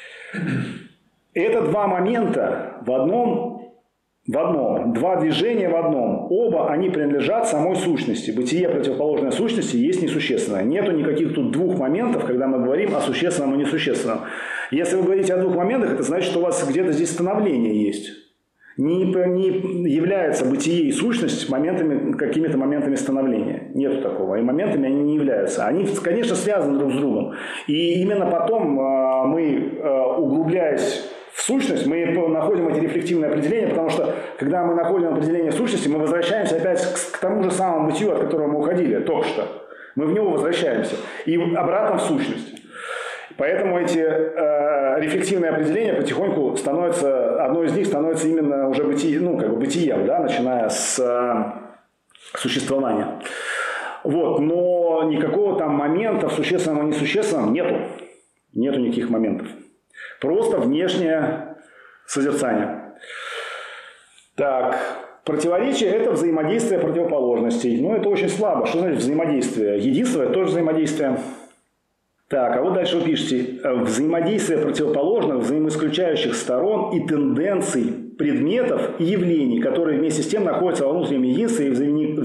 Это два момента в одном, два движения в одном. Оба они принадлежат самой сущности. Бытие, противоположное сущности, есть несущественное. Нету никаких тут двух моментов, когда мы говорим о существенном и несущественном. Если вы говорите о двух моментах, это значит, что у вас где-то здесь становление есть. Не является бытие и сущность какими-то моментами становления. Нету такого. И моментами они не являются. Они, конечно, связаны друг с другом. И именно потом мы, углубляясь в сущность, мы находим эти рефлективные определения, потому что, когда мы находим определение сущности, мы возвращаемся опять к тому же самому бытию, от которого мы уходили только что. Мы в него возвращаемся. И обратно в сущность. Поэтому эти рефлективные определения потихоньку становятся, одно из них становится именно уже бытием, да, начиная с существования. Вот, но никакого там момента в существенном и несущественном нету. Нету никаких моментов. Просто внешнее созерцание. Так, противоречие – это взаимодействие противоположностей. Но это очень слабо. Что значит взаимодействие? Единство – это тоже взаимодействие. Так, а вот дальше вы пишете. Взаимодействие противоположных, взаимоисключающих сторон и тенденций предметов и явлений, которые вместе с тем находятся во внутреннем единстве и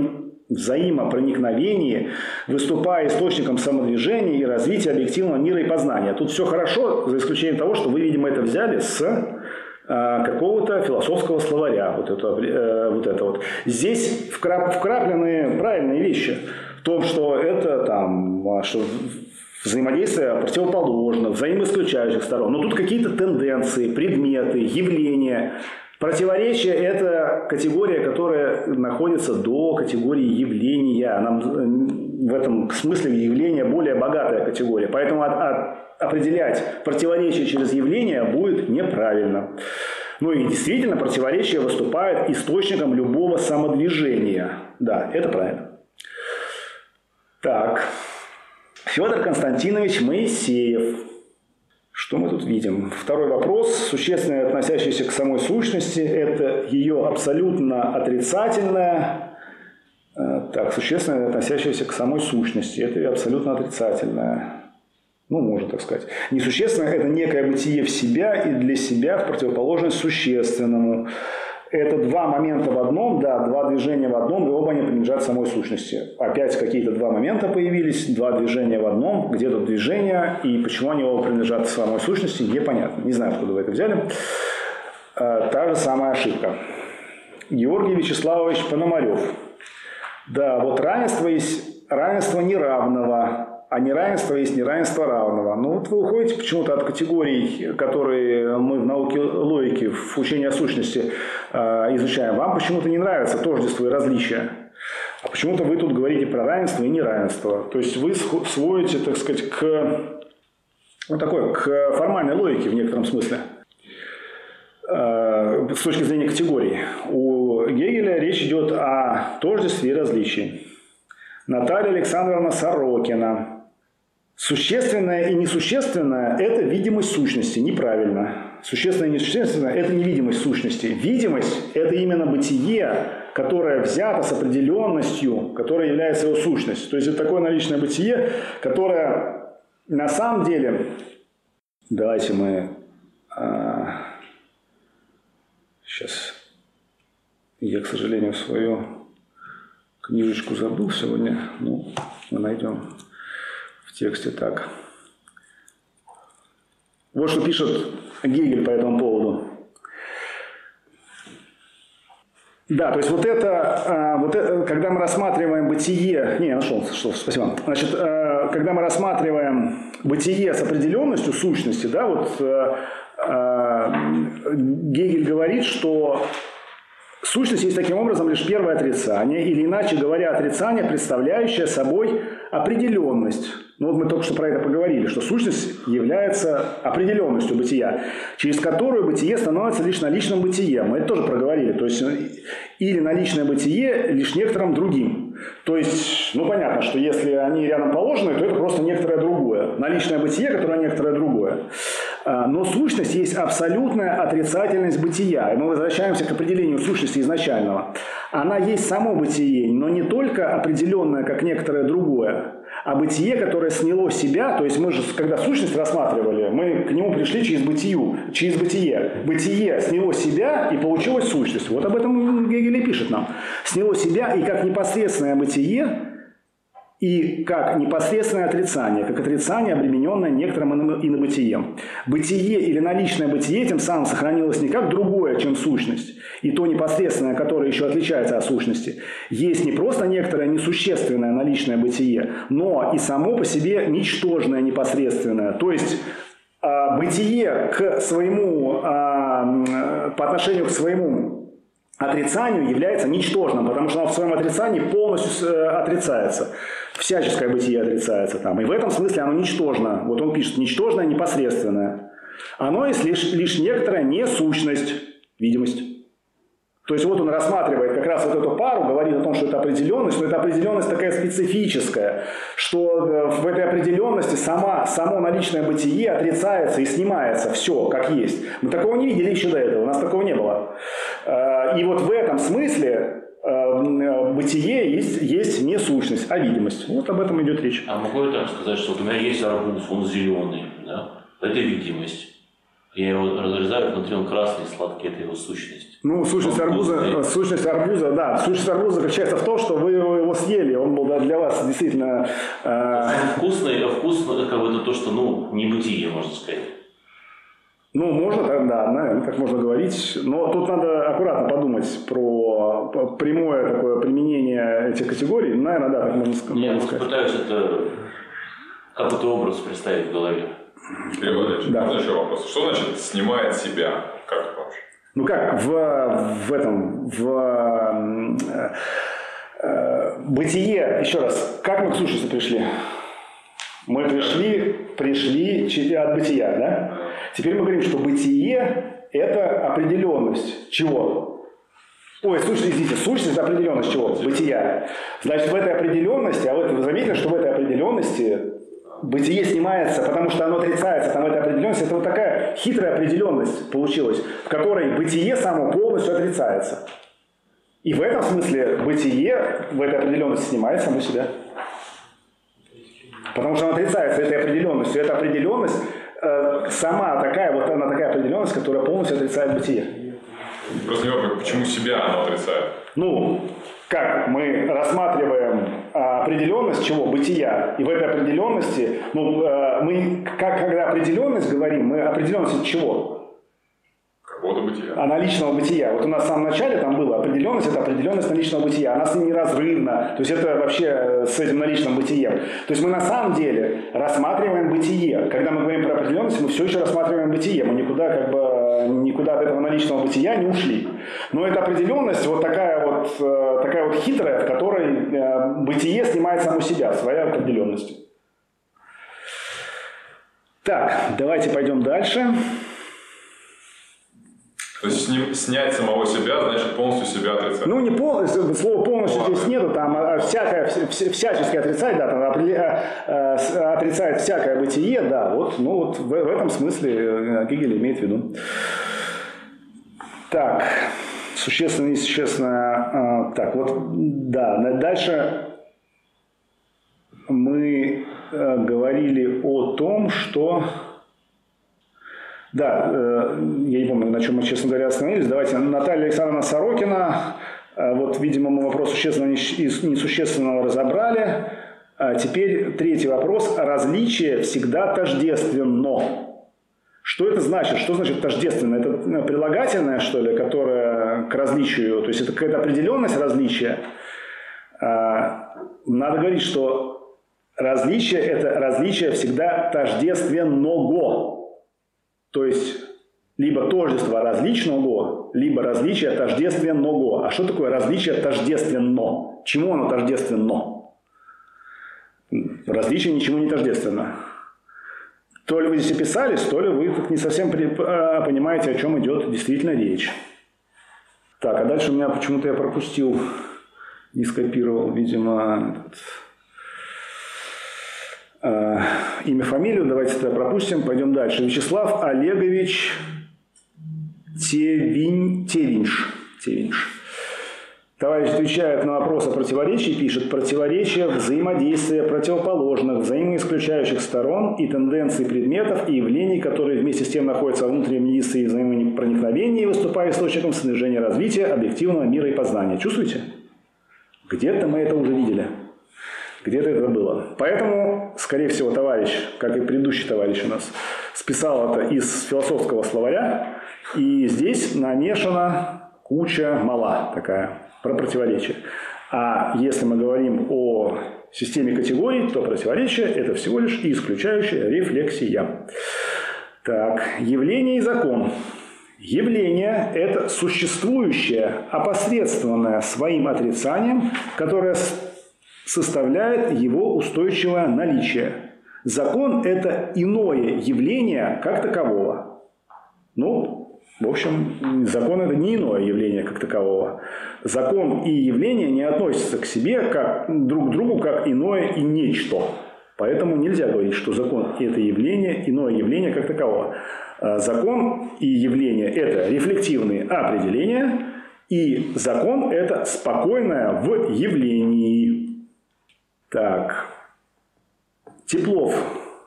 взаимопроникновении, выступая источником самодвижения и развития объективного мира и познания. Тут все хорошо, за исключением того, что вы, видимо, это взяли с какого-то философского словаря. Вот это вот. Здесь вкраплены правильные вещи. В том, что это там, что взаимодействие противоположных, взаимоисключающих сторон. Но тут какие-то тенденции, предметы, явления. Противоречие – это категория, которая находится до категории явления. Она в этом смысле явление более богатая категория. Поэтому определять противоречие через явление будет неправильно. Ну и действительно, противоречие выступает источником любого самодвижения. Да, это правильно. Так. Федор Константинович Моисеев. Что мы тут видим? Второй вопрос. Существенное, относящееся к самой сущности, это ее абсолютно отрицательное. Так, существенное, относящееся к самой сущности, это ее абсолютно отрицательное. Ну, можно так сказать. Несущественное – это некое бытие в себя и для себя в противоположность существенному. Это два момента в одном, да, два движения в одном, и оба они принадлежат самой сущности. Опять какие-то два момента появились, два движения в одном, где тут движение, и почему они оба принадлежат самой сущности, непонятно. Не знаю, откуда вы это взяли. Та же самая ошибка. Георгий Вячеславович Пономарев. Да, вот равенство есть равенство неравного, а неравенство есть неравенство равного. Ну вот вы уходите почему-то от категорий, которые мы в науке логики, в учении о сущности изучаем. Вам почему-то не нравится тождество и различие. А почему-то вы тут говорите про равенство и неравенство. То есть вы сводите, так сказать, к формальной логике в некотором смысле. С точки зрения категорий. У Гегеля речь идет о тождестве и различии. Наталья Александровна Сорокина. Существенное и несущественное – это видимость сущности. Неправильно. Существенное и несущественное – это невидимость сущности. Видимость – это именно бытие которое взято с определенностью, которая является его сущностью. То есть это такое наличное бытие, которое на самом деле... Давайте мы... Сейчас... Я, к сожалению, свою книжечку забыл сегодня. Ну, мы найдем в тексте так. Вот что пишет Гегель по этому поводу. Да, то есть вот это, когда мы рассматриваем бытие... Не, я нашел, спасибо. Значит, когда мы рассматриваем бытие с определенностью сущности, да, вот Гегель говорит, что сущность есть таким образом лишь первое отрицание, или иначе говоря, отрицание, представляющее собой определенность. Ну вот мы только что про это поговорили, что сущность является определенностью бытия, через которую бытие становится лишь наличным бытием. Мы это тоже проговорили. То есть или наличное бытие лишь некоторым другим. То есть, ну понятно, что если они рядом положены, то это просто некоторое другое. Наличное бытие, которое некоторое другое. Но сущность есть абсолютная отрицательность бытия. И мы возвращаемся к определению сущности изначального. Она есть само бытие, но не только определенное, как некоторое другое, а бытие, которое сняло себя, то есть мы же, когда сущность рассматривали, мы к нему пришли через бытие. Бытие сняло себя и получилась сущность. Вот об этом Гегель и пишет нам. Сняло себя и как непосредственное бытие, и как непосредственное отрицание, как отрицание, обремененное некоторым инобытием. Бытие или наличное бытие тем самым сохранилось не как другое, чем сущность, и то непосредственное, которое еще отличается от сущности, есть не просто некоторое несущественное наличное бытие, но и само по себе ничтожное непосредственное. То есть бытие к своему, по отношению к своему отрицанию является ничтожным, потому что оно в своем отрицании полностью отрицается. Всяческое бытие отрицается там. И в этом смысле оно ничтожно. Вот он пишет, ничтожное, непосредственное. Оно есть лишь некоторая несущность, видимость. То есть вот он рассматривает как раз вот эту пару, говорит о том, что это определенность, но эта определенность такая специфическая, что в этой определенности само наличное бытие отрицается и снимается все, как есть. Мы такого не видели еще до этого, у нас такого не было. И вот в этом смысле бытие есть не сущность, а видимость. Вот об этом идет речь. А могу я так сказать, что вот у меня есть арбуз, он зеленый, да? Это видимость. Я его разрезаю, внутри он красный, сладкий, это его сущность. Ну, сущность арбуза, да. Сущность арбуза заключается в том, что вы его съели, он был для вас действительно... Он вкусный, а вкусно как бы это то, что, не бытие, можно сказать. Ну, можно, да, наверное, так можно говорить. Но тут надо аккуратно подумать про прямое такое применение этих категорий. Наверное, да, так можно сказать. Я пытаюсь это какой-то образ представить в голове. Григорий, да. Можно еще вопрос? Что значит снимает себя? Как это вообще? Ну как бытие, еще раз, как мы к сущности пришли? Мы пришли от бытия, да? Теперь мы говорим, что бытие – это определенность чего? Ой, сущность – это определенность чего? Бытия. Значит, в этой определенности, вы заметили, что в этой определенности бытие снимается, потому что оно отрицается там в этой определенности. Это вот такая хитрая определенность получилась, в которой бытие само полностью отрицается. И в этом смысле бытие в этой определенности снимает само себя. Потому что оно отрицается этой определенностью. Эта определенность сама такая, вот она такая определенность, которая полностью отрицает бытие. Просто не понимаю, почему себя оно отрицает? Ну, как мы рассматриваем определенность чего? Бытия. И в этой определенности, мы, когда определенность говорим, мы определенность чего? Какого-то бытия. Наличного бытия. Вот у нас в самом начале там было определенность, это определенность наличного бытия. Она с ним неразрывна. То есть это вообще с этим наличным бытием. То есть мы на самом деле рассматриваем бытие. Когда мы говорим про определенность, мы все еще рассматриваем бытие. Мы никуда от этого наличного бытия не ушли. Но эта определенность вот такая вот хитрая, в которой бытие снимает само себя, своей определенностью. Так, давайте пойдем дальше. То есть снять самого себя, значит полностью себя отрицать. Ну, не полностью, слова полностью здесь нету, там всячески отрицать, да, там отрицает всякое бытие, да, вот в этом смысле Гегель имеет в виду. Так, Существенно, несущественно. Так, вот, да, дальше мы говорили о том, что... Да, я не помню, на чем мы, честно говоря, остановились. Давайте, Наталья Александровна Сорокина. Вот, видимо, мы вопрос существенного и несущественного разобрали. Теперь третий вопрос. Различие всегда тождественно. Что это значит? Что значит тождественно? Это прилагательное, что ли, которое к различию, то есть это какая-то определенность различия? Надо говорить, что различие – это различие всегда тождественного. То есть либо тождество различного, либо различие тождественного. А что такое различие тождественно? Чему оно тождественно? Различие ничему не тождественно. То ли вы здесь описались, то ли вы не совсем понимаете, о чем идет действительно речь. Так, а дальше у меня почему-то я пропустил, не скопировал, видимо, имя, фамилию. Давайте тогда пропустим, пойдем дальше. Вячеслав Олегович Тевинш. Товарищ отвечает на вопрос о противоречии, пишет: противоречие взаимодействия противоположных, взаимоисключающих сторон и тенденций предметов и явлений, которые вместе с тем находятся во внутреннем единстве и взаимопроникновении, выступая источником снижения развития объективного мира и познания. Чувствуете? Где-то мы это уже видели. Где-то это было. Поэтому, скорее всего, товарищ, как и предыдущий товарищ у нас, списал это из философского словаря, и здесь намешана куча мала такая про противоречие. А если мы говорим о системе категорий, то противоречие – это всего лишь и исключающая рефлексия. Так, явление и закон. Явление – это существующее, опосредствованное своим отрицанием, которое составляет его устойчивое наличие. Закон – это иное явление как такового. В общем, закон – это не иное явление как такового. Закон и явление не относятся к себе как друг к другу, как иное и нечто. Поэтому нельзя говорить, что закон – это явление, иное явление как такового. Закон и явление – это рефлективные определения, и закон – это спокойное в явлении. Так. Теплов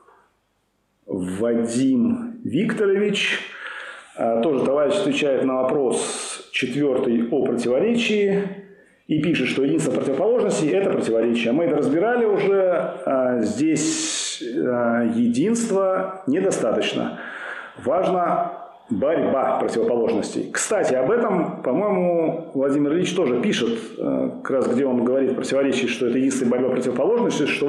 Вадим Викторович. Тоже товарищ отвечает на вопрос 4 о противоречии и пишет, что единство противоположностей – это противоречие. Мы это разбирали уже. Здесь единства недостаточно. Важна борьба противоположностей. Кстати, об этом, по-моему, Владимир Ильич тоже пишет, как раз где он говорит о противоречии, что это единство и борьба противоположностей, что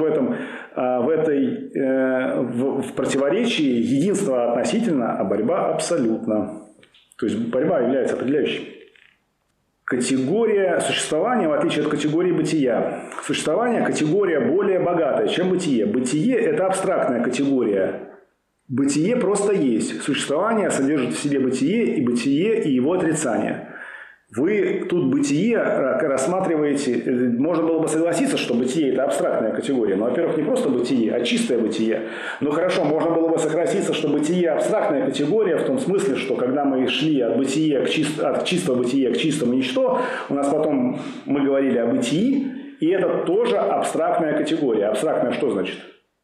в противоречии единство относительно, а борьба абсолютно. То есть борьба является определяющей. Категория существования, в отличие от категории бытия. Существование – категория более богатая, чем бытие. Бытие – это абстрактная категория. Бытие просто есть. Существование содержит в себе бытие и его отрицание. Вы тут бытие рассматриваете, можно было бы согласиться, что бытие – это абстрактная категория. Но, во-первых, не просто бытие, а чистое бытие. Но хорошо, можно было бы согласиться, что бытие – абстрактная категория, в том смысле, что когда мы шли от чистого бытия к чистому ничто, у нас потом мы говорили о бытии, и это тоже абстрактная категория. Абстрактная что значит?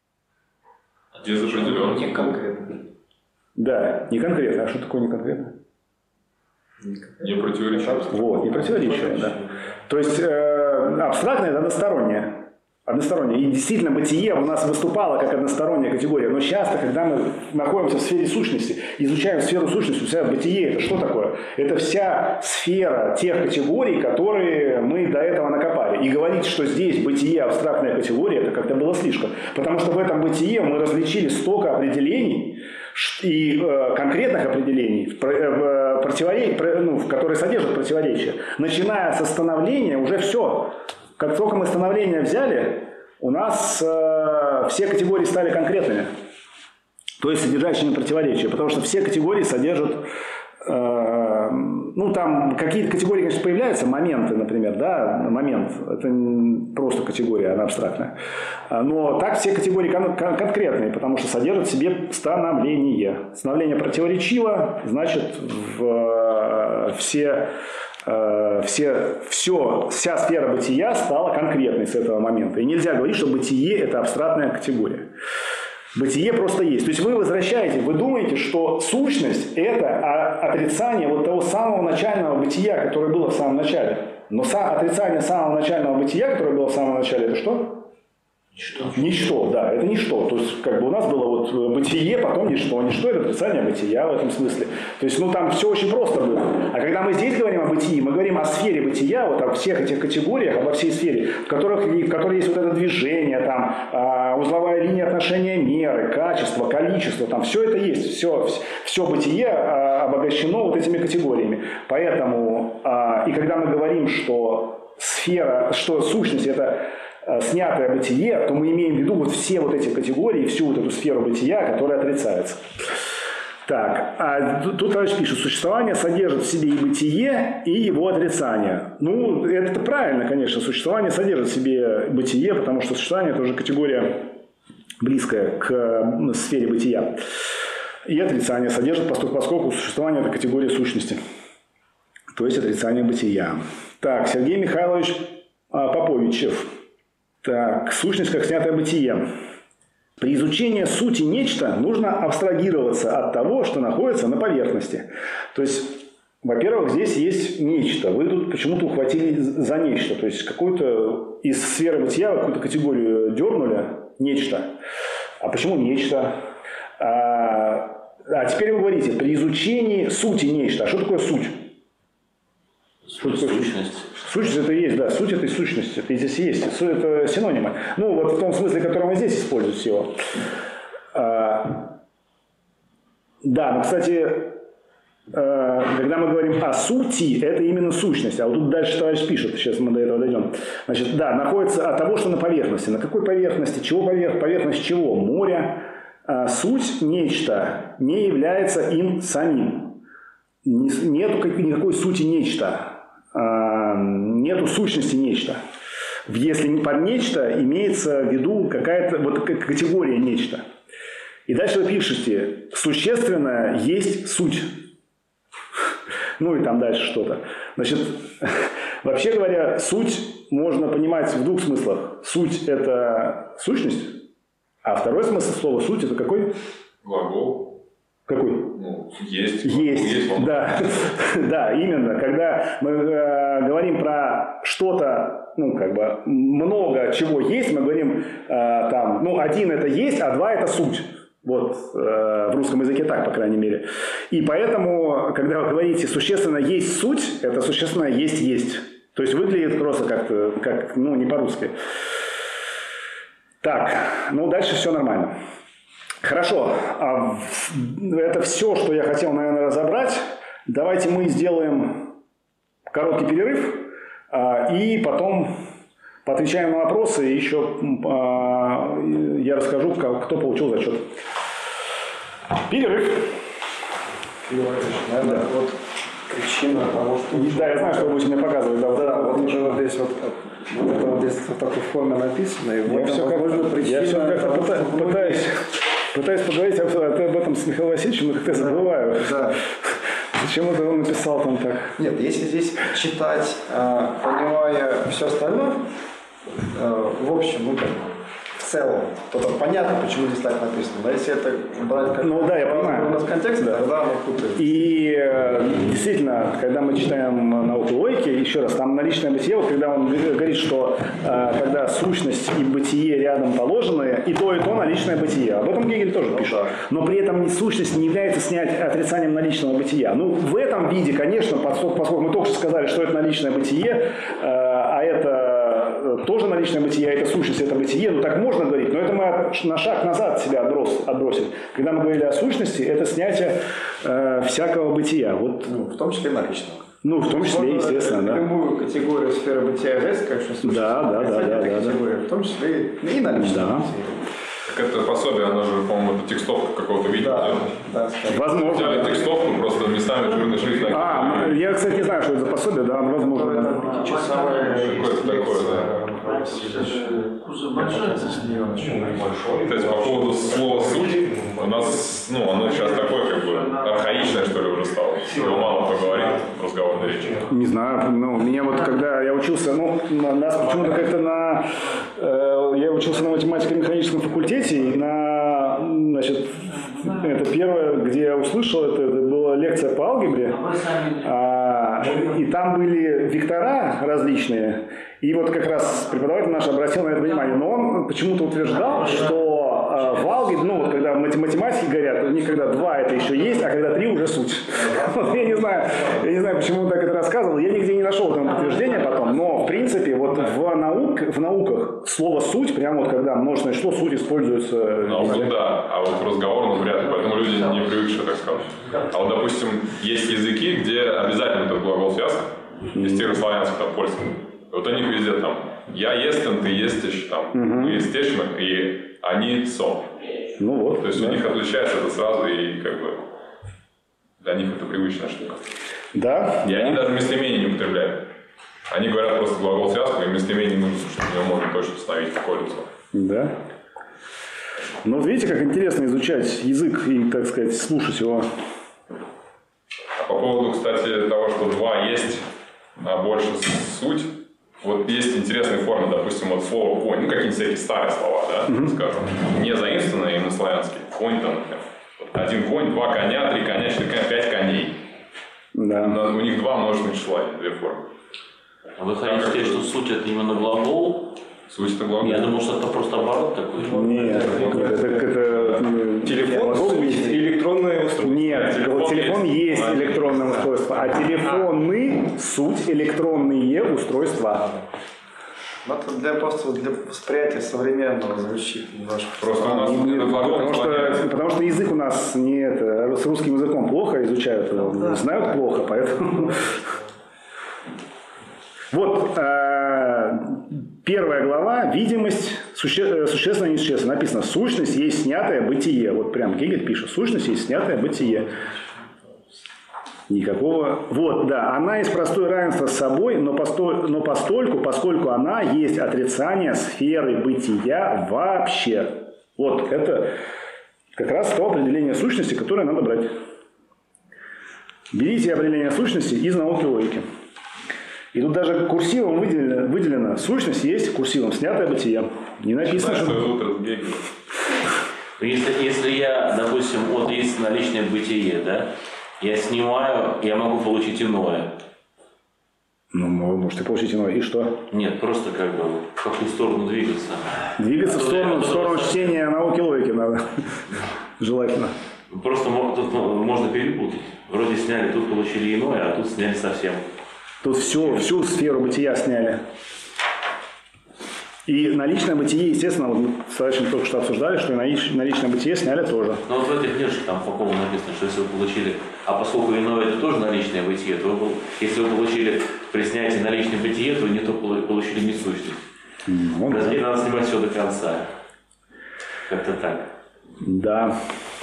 Не конкретно. Да, не конкретно. А что такое не конкретно? Не противоречие. Вот, не противоречие, да. То есть абстрактное – это одностороннее. Одностороннее. И действительно, бытие у нас выступало как односторонняя категория. Но часто, когда мы находимся в сфере сущности, изучаем сферу сущности, вся бытие – это что такое? Это вся сфера тех категорий, которые мы до этого накопали. И говорить, что здесь бытие – абстрактная категория, это как-то было слишком. Потому что в этом бытие мы различили столько определений и конкретных определений, которые содержат противоречия. Начиная со становления уже все. Как только мы становление взяли, у нас все категории стали конкретными, то есть содержащими противоречия, потому что все категории содержат, там какие-то категории, конечно, появляются, моменты, например, да, момент, это просто категория, она абстрактная, но так все категории конкретные, потому что содержат в себе становление. Становление противоречиво, значит, все вся сфера бытия стала конкретной с этого момента. И нельзя говорить, что бытие – это абстрактная категория. Бытие просто есть. То есть вы думаете, что сущность – это отрицание вот того самого начального бытия, которое было в самом начале. Но отрицание самого начального бытия, которое было в самом начале, это что? Ничто, да, это ничто. То есть, как бы у нас было вот бытие, потом ничто. Ничто – это отрицание бытия в этом смысле. То есть, там все очень просто было. А когда мы здесь говорим о бытии, мы говорим о сфере бытия, вот о всех этих категориях, обо всей сфере, в которой есть вот это движение, там, узловая линия отношения меры, качество, количество, там все это есть. Все бытие обогащено вот этими категориями. Поэтому, и когда мы говорим, что сущность – это снятое бытие, то мы имеем в виду вот все вот эти категории, всю вот эту сферу бытия, которая отрицается. Так, а тут товарищ пишет, существование содержит в себе и бытие, и его отрицание. Ну, это правильно, конечно, существование содержит в себе бытие, потому что существование – это уже категория близкая к сфере бытия. И отрицание содержит, поскольку существование – это категория сущности, то есть отрицание бытия. Так, Сергей Михайлович Поповичев. Так, сущность как снятое бытие. При изучении сути нечто нужно абстрагироваться от того, что находится на поверхности. То есть, во-первых, здесь есть нечто. Вы тут почему-то ухватили за нечто. То есть, какую-то из сферы бытия какую-то категорию дернули. Нечто. А почему нечто? А теперь вы говорите, при изучении сути нечто. А что такое суть? Сущность. Сущность это и есть, да. Суть этой сущности. Это здесь есть. Это синонимы. Ну, вот в том смысле, который мы здесь используем всего. Да, но, кстати, когда мы говорим о сути, это именно сущность. А вот тут дальше товарищ пишет, сейчас мы до этого дойдем. Значит, да, находится от того, что на поверхности. На какой поверхности? Чего поверхность чего? Моря. Суть нечто не является им самим. Нету никакой сути нечто. Нету сущности нечто. Если под нечто имеется в виду какая-то вот категория нечто. И дальше вы пишете, существенное есть суть. Ну и там дальше что-то. Значит, вообще говоря, суть можно понимать в двух смыслах. Суть – это сущность, а второй смысл слова суть – это какой? Глагол. Какой? Ну, есть. Есть, да. Да, именно. Когда мы говорим про что-то, ну, как бы, много чего есть, мы говорим, там, ну, один это есть, а два это суть. Вот, в русском языке так, по крайней мере. И поэтому, когда вы говорите «существенно есть суть», это «существенно есть». То есть, выглядит просто как-то, ну, не по-русски. Так, ну, дальше все нормально. Хорошо, это все, что я хотел, наверное, разобрать. Давайте мы сделаем короткий перерыв и потом поотвечаем на вопросы. И еще я расскажу, кто получил зачет. Перерыв. Наверное, вот причина того, что... Да, я знаю, что вы будете мне показывать. Да, вот уже вот здесь вот это вот здесь в такой форме написано. И вот, возможно, причина... Я все как-то пытаюсь поговорить об этом с Михаилом Васильевичем, но как-то забываю. Да. Зачем это он написал там так? Нет, если здесь читать, понимая все остальное, в общем, ну как в целом, то понятно, почему здесь так написано. Но если это брать как да, я понимаю. У нас контекст, да. Тогда оно путается. И действительно, когда мы читаем науку логики, еще раз, там наличное бытие, вот когда он говорит, что когда сущность и бытие рядом положены, и то наличное бытие. Об этом Гегель тоже пишет. Но при этом сущность не является отрицанием наличного бытия. Ну, в этом виде, конечно, поскольку мы только что сказали, что это наличное бытие, а это тоже наличное бытие, а это сущность, это бытие, ну так можно говорить, но это мы на шаг назад себя отбросили. Когда мы говорили о сущности, это снятие всякого бытия. Вот. Ну, в том числе наличного. Ну, в том числе, естественно, да. Любую категорию сферы бытия есть, конечно, сущность. Да. В том числе и наличного. Да. Так это пособие, оно же, по-моему, это текстовка какого-то видео. Да. Возможно. Взяли текстовку, просто местами жирный шрифт. Я, кстати, не знаю, что это за пособие, да, возможно. Какое-то такое, да. То есть по поводу слова «суть» у нас, ну, оно сейчас такое, как бы, архаичное, что ли, уже стало. Его мало кто говорит. разговорной речи? Не знаю, меня вот когда я учился, нас почему-то как-то я учился на математико-механическом факультете, и это первое, где я услышал, это была лекция по алгебре, и там были вектора различные, и вот как раз преподаватель наш обратил на это внимание, но он почему-то утверждал, что в алгебре, когда математики говорят, у них когда 2 это еще есть, а когда 3 уже суть. Я не знаю, почему он так это рассказывал, я нигде не нашел этому подтверждения потом, но в принципе вот в науках слово суть, прямо вот когда множественное число, суть используется. Да, а вот в разговорном вряд ли, поэтому люди не привыкшие, так сказать. А вот, допустим, есть языки, где обязательно этот глагол связка, из славянских, там, польских. Вот у них везде там я естен, ты естишь, там, мы естешны, и они сон. То есть у них отличается это сразу, и как бы для них это привычная штука. Да. И они даже местоимения не употребляют. Они говорят просто глагол связку, и местоимение не нужно, что в нем можно точно установить какое лицо. Да. Ну, видите, как интересно изучать язык и, так сказать, слушать его. По поводу, кстати, того, что 2 есть, а больше суть. Вот есть интересные формы, допустим, вот слово конь, какие-нибудь всякие старые слова, да, скажем, не заимствованные именно славянские. Конь там, например. 1 конь, 2 коня, 3 коня, 4 коня, 5 коней. Да. У них 2 множественных числа, 2 формы. А вы хотите сказать, что суть это именно глагол? Суть это глагол. Я думал, что это просто оборот такой. Нет, это телефон, суть, электронное устройство. Нет, телефон есть электронное устройство, а телефоны суть электронные устройства. Это просто для восприятия современного звучит немножко. Просто у нас глагол Потому что язык у нас не это, с русским языком плохо изучают, знают плохо, поэтому. Вот первая глава, видимость, существенно и несущественно. Написано, сущность есть снятое бытие. Вот прям Гегель пишет, сущность есть снятое бытие. Никакого. Вот, да, она есть простое равенство с собой, но поскольку она есть отрицание сферы бытия вообще. Вот это как раз то определение сущности, которое надо брать. Берите определение сущности из науки логики. И тут даже курсивом выделено сущность есть курсивом снятое бытие. Не написано, что... Если я, допустим, вот есть наличное бытие, да, я снимаю, я могу получить иное. Ну, можете получить иное. И что? Нет, просто как бы в какую сторону двигаться. Двигаться в сторону чтения науки логики надо. Желательно. Просто тут можно перепутать. Вроде сняли, тут получили иное, а тут сняли совсем. Тут всю сферу бытия сняли. И наличное бытие, естественно, вот мы с товарищем только что обсуждали, что и наличное бытие сняли тоже. Но вот в этой книжке там по поводу написано, что если вы получили, а поскольку иное это тоже наличное бытие, то если вы получили при снятии наличное бытие, то вы не то получили несущность. Разве надо снимать все до конца? Как-то так. Да.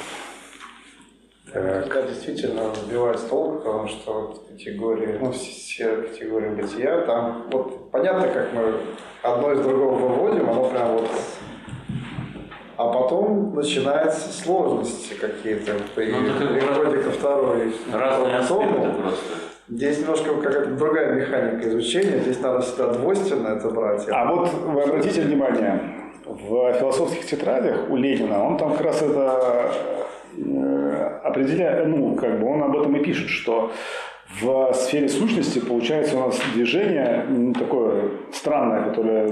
Да, действительно сбивает с толку, потому что вот категории, все категории бытия, там вот понятно, как мы одно из другого выводим, оно прям вот. А потом начинаются сложности какие-то при переходе ко второй. Разные аспекты просто. Здесь немножко какая-то другая механика изучения, здесь надо всегда двойственно это брать. А вот вы обратите внимание, в философских тетрадях у Ленина, он там как раз это определяет, он об этом и пишет, что в сфере сущности получается у нас движение такое странное, которое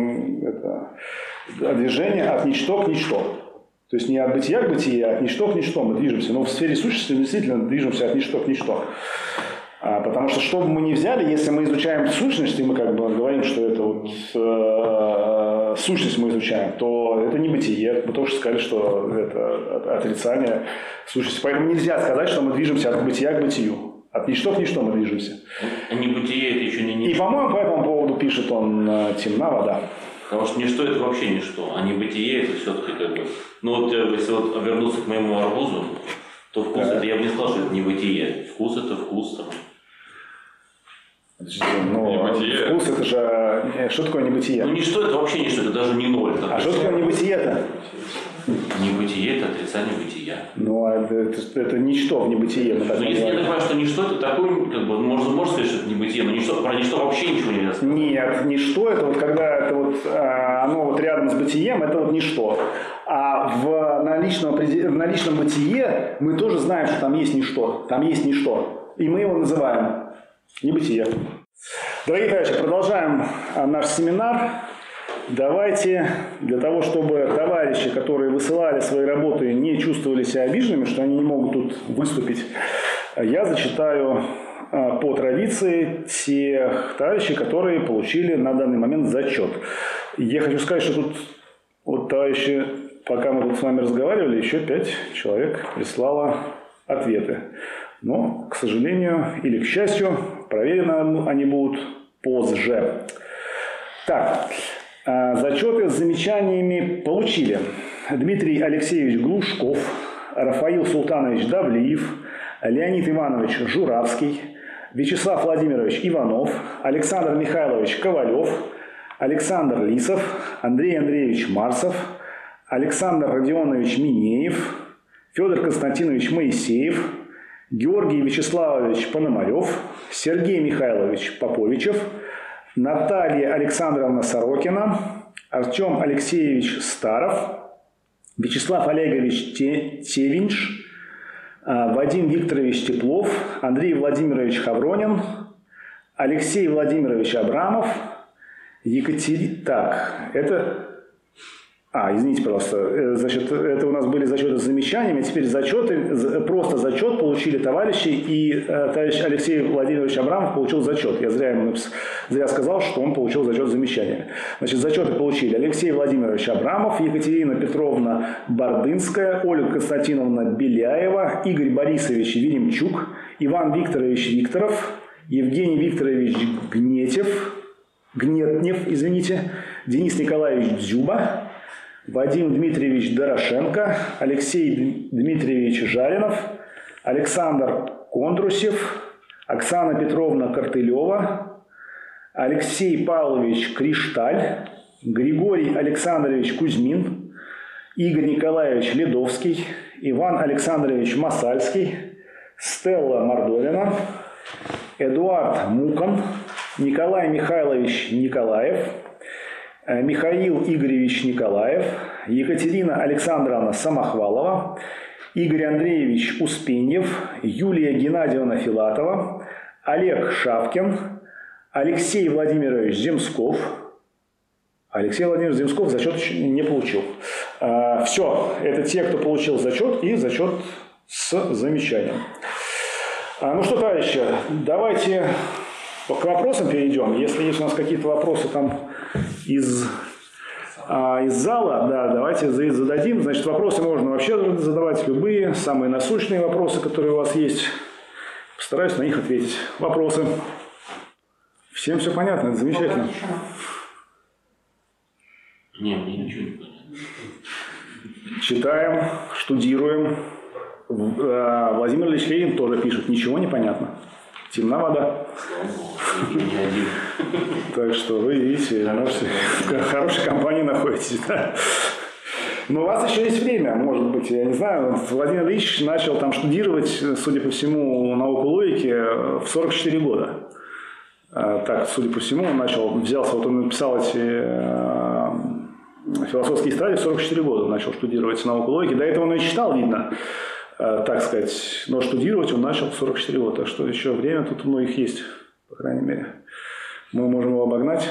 движение от ничто к ничто. То есть не от бытия к бытию, а от ничто к ничто мы движемся. Но в сфере сущности мы действительно движемся от ничто к ничто. Потому что бы мы ни взяли, если мы изучаем сущность, и мы как бы говорим, что это вот сущность мы изучаем, то это не бытие. Мы только что сказали, что это отрицание сущности. Поэтому нельзя сказать, что мы движемся от бытия к бытию. От ничто к ничто мы движемся. А небытие это еще не ничто. И, по-моему, по этому поводу пишет он «Темна вода». Потому что ничто это вообще ничто, а небытие это все-таки как бы... если вернуться к моему арбузу, то вкус это, я бы не сказал, что это небытие. Вкус это вкус там. Вкус это же... Что такое небытие? Ничто это вообще ничто, это даже не ноль. А что такое небытие-то? Небытие – это отрицание бытия. Ну, это ничто в небытие. Ну, если я понимаю, что ничто – это такое, как бы, можно сказать, что это небытие, но про ничто вообще ничего нельзя сказать. Нет, ничто – это вот когда это вот, оно вот рядом с бытием, это вот ничто. А в наличном бытие мы тоже знаем, что там есть ничто. Там есть ничто. И мы его называем небытие. Дорогие товарищи, продолжаем наш семинар. Давайте, для того, чтобы товарищи, которые высылали свои работы, не чувствовали себя обиженными, что они не могут тут выступить, я зачитаю по традиции тех товарищей, которые получили на данный момент зачет. Я хочу сказать, что тут вот товарищи, пока мы тут с вами разговаривали, еще 5 человек прислало ответы. Но, к сожалению или к счастью, проверены они будут позже. Так, зачеты с замечаниями получили Дмитрий Алексеевич Глушков, Рафаил Султанович Давлиев, Леонид Иванович Журавский, Вячеслав Владимирович Иванов, Александр Михайлович Ковалев, Александр Лисов, Андрей Андреевич Марсов, Александр Родионович Минеев, Федор Константинович Моисеев, Георгий Вячеславович Пономарев, Сергей Михайлович Поповичев, Наталья Александровна Сорокина, Артем Алексеевич Старов, Вячеслав Олегович Тевинш, Вадим Викторович Теплов, Андрей Владимирович Хавронин, Алексей Владимирович Абрамов, Екатерина... Так, это... извините, пожалуйста, значит, это у нас были зачеты с замечаниями, теперь зачеты, просто зачет получили товарищи, и товарищ Алексей Владимирович Абрамов получил зачет. Я зря сказал, что он получил зачет с замечаниями. Значит, зачеты получили Алексей Владимирович Абрамов, Екатерина Петровна Бордынская, Ольга Константиновна Беляева, Игорь Борисович Веремчук, Иван Викторович Викторов, Евгений Викторович Гнетнев, Денис Николаевич Дзюба, Вадим Дмитриевич Дорошенко, Алексей Дмитриевич Жаринов, Александр Кондрусев, Оксана Петровна Картылева, Алексей Павлович Кришталь, Григорий Александрович Кузьмин, Игорь Николаевич Ледовский, Иван Александрович Масальский, Стелла Мордовина, Эдуард Мукан, Николай Михайлович Николаев, Михаил Игоревич Николаев, Екатерина Александровна Самохвалова, Игорь Андреевич Успеньев, Юлия Геннадьевна Филатова, Олег Шапкин, Алексей Владимирович Земсков. Алексей Владимирович Земсков зачет еще не получил. Все, это те, кто получил зачет и зачет с замечанием. Ну что, товарищи, давайте к вопросам перейдем. Если есть у нас какие-то вопросы там из зала, да, давайте зададим. Значит, вопросы можно вообще задавать любые, самые насущные вопросы, которые у вас есть. Постараюсь на них ответить. Вопросы. Всем все понятно, это замечательно. Не, мне ничего не понятно. Читаем, штудируем. Владимир Ильич Ленин тоже пишет, ничего не понятно. Темна вода. Так что вы видите, в хорошей компании находитесь. Да? Но у вас еще есть время, может быть, я не знаю. Владимир Ильич начал там штудировать, судя по всему, науку логики в 44 года. Так, судя по всему, он взялся, вот он написал эти философские стадии в 44 года, начал штудировать науку логики. До этого он и читал, видно. Так сказать, но штудировать он начал в 44 года, так что еще время тут у многих есть, по крайней мере. Мы можем его обогнать.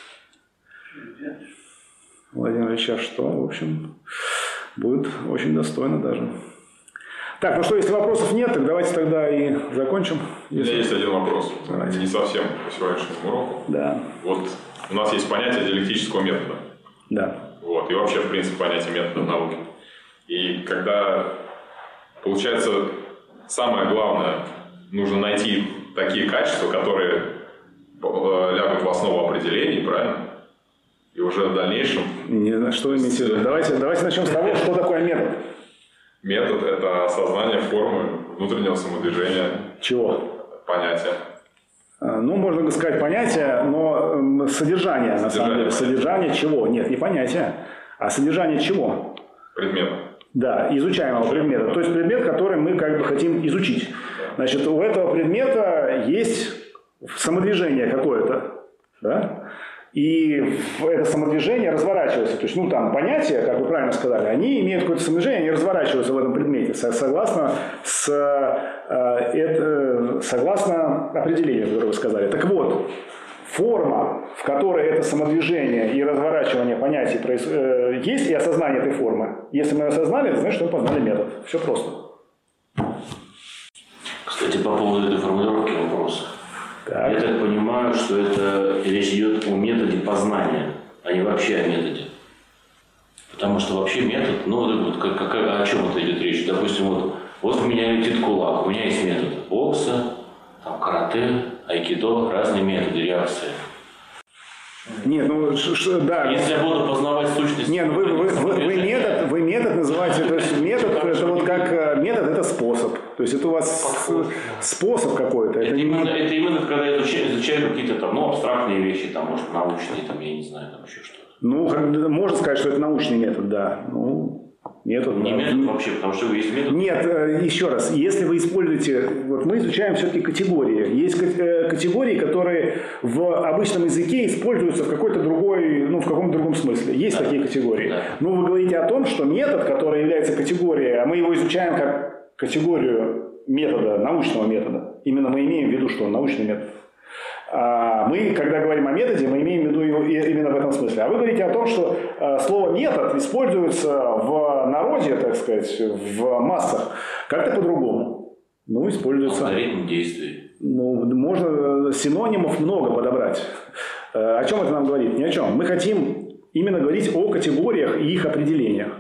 Владимир Ильич, что, в общем, будет очень достойно даже. Так, ну что, если вопросов нет, так давайте тогда и закончим. У меня есть один вопрос, давайте. Не совсем по сегодняшнему уроку. Да. Вот у нас есть понятие диалектического метода. Да. Вот, и вообще, в принципе, понятие метода науки. И когда... Получается, самое главное, нужно найти такие качества, которые лягут в основу определений, правильно? И уже в дальнейшем... Не знаю, что вы имеете в виду. Давайте начнем с того, что такое метод. Метод – это осознание формы внутреннего самодвижения. Чего? Понятия. Ну, можно сказать понятие, но содержание, на самом деле. Содержание чего? Нет, не понятие. А содержание чего? предмета. Да, изучаемого предмета. То есть предмет, который мы как бы хотим изучить. Значит, у этого предмета есть самодвижение какое-то, да? И это самодвижение разворачивается. То есть, ну, там, понятия, как вы правильно сказали, они имеют какое-то самодвижение, они разворачиваются в этом предмете согласно определению, которое вы сказали. Так вот, форма, в которой это самодвижение и разворачивание понятий есть, и осознание этой формы. Если мы осознали, это значит, что мы познали метод. Все просто. Кстати, по поводу этой формулировки вопроса. Так. Я так понимаю, что это речь идет о методе познания, а не вообще о методе. Потому что вообще метод, ну вот о чем это идет речь? Допустим, вот у меня летит кулак, у меня есть метод бокса, там, карате, айкидо, разные методы реакции. Нет, ну да. Если я буду познавать сущность... Нет, вы метод называете, то есть метод, это вот как метод, это способ. То есть это у вас способ какой-то. Это именно когда я изучаю какие-то там, ну, абстрактные вещи, там, может, научные, там, я не знаю, там еще что-то. Ну, можно сказать, что это научный метод, да. Ну, метод. Не метод вообще, потому что есть метод. Нет, еще раз, если вы используете, вот мы изучаем все-таки категории. Есть категории, которые в обычном языке используются в какой-то другой, ну, в каком-то другом смысле. Есть такие категории. Да. Но вы говорите о том, что метод, который является категорией, а мы его изучаем как категорию метода, научного метода. Именно мы имеем в виду, что он научный метод. Мы, когда говорим о методе, мы имеем в виду его именно в этом смысле. А вы говорите о том, что слово «метод» используется в народе, так сказать, в массах, как-то по-другому. Ну, используется... Алгоритм действий. Ну, можно синонимов много подобрать. О чем это нам говорит? Ни о чем. Мы хотим именно говорить о категориях и их определениях.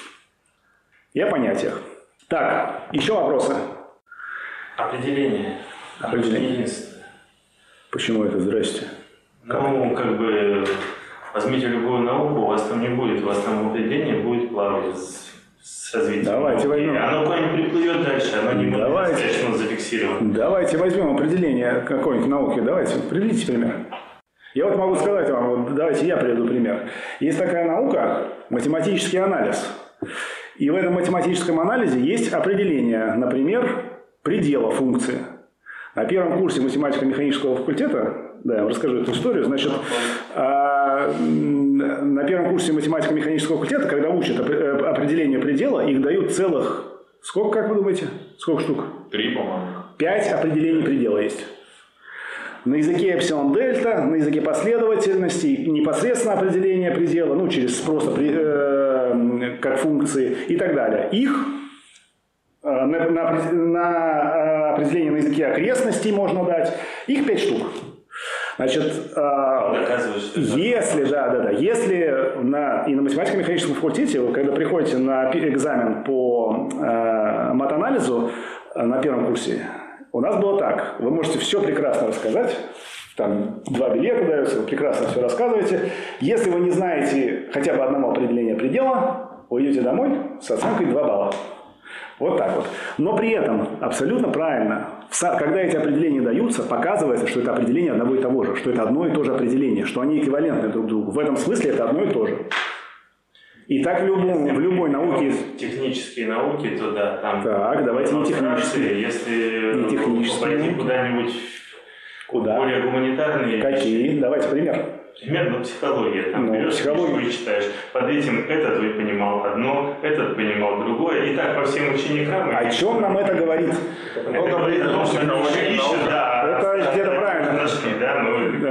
И о понятиях. Так, еще вопросы? Определение. Единственное. Почему это? Здрасте. Ну, как бы, возьмите любую науку, у вас там не будет, у вас там определение будет плавать с развитием. Давайте возьмем. Оно куда-нибудь приплывет дальше, оно не будет достаточно зафиксировано. Давайте возьмем определение какой-нибудь науки. Давайте, приведите пример. Я вот могу сказать вам, вот давайте я приведу пример. Есть такая наука – математический анализ. И в этом математическом анализе есть определение, например, предела функции. На первом курсе математико-механического факультета, да, я вам расскажу эту историю, значит, на первом курсе математико-механического факультета, когда учат определение предела, их дают целых, сколько, как вы думаете, сколько штук? 3, по-моему. 5 определений предела есть. На языке эпсилон-дельта, на языке последовательности, непосредственно определение предела, ну, через спрос как функции и так далее. Их на определение на языке окрестностей можно дать. Их 5 штук. Значит, если, если и на математико-механическом факультете, вы, когда приходите на экзамен по матанализу на первом курсе, у нас было так. Вы можете все прекрасно рассказать. Там 2 билета даются, вы прекрасно все рассказываете. Если вы не знаете хотя бы одного определения предела, вы идете домой с оценкой 2 балла. Вот так вот. Но при этом абсолютно правильно, когда эти определения даются, показывается, что это определение одного и того же, что это одно и то же определение, что они эквивалентны друг другу. В этом смысле это одно и то же. И так в любой науке... Технические науки, то да, там... Так, давайте не технические. Если пойти куда-нибудь... Куда? Более гуманитарные... Какие? Вещи. Давайте пример. Пример, психология. Там берешь книжку и читаешь. Под этим этот вы понимал одно, этот понимал другое. И так по всем ученикам... О чем нам это говорит? Это говорит о том, что они еще ищут, да. Это где-то правильно. Нашли, да,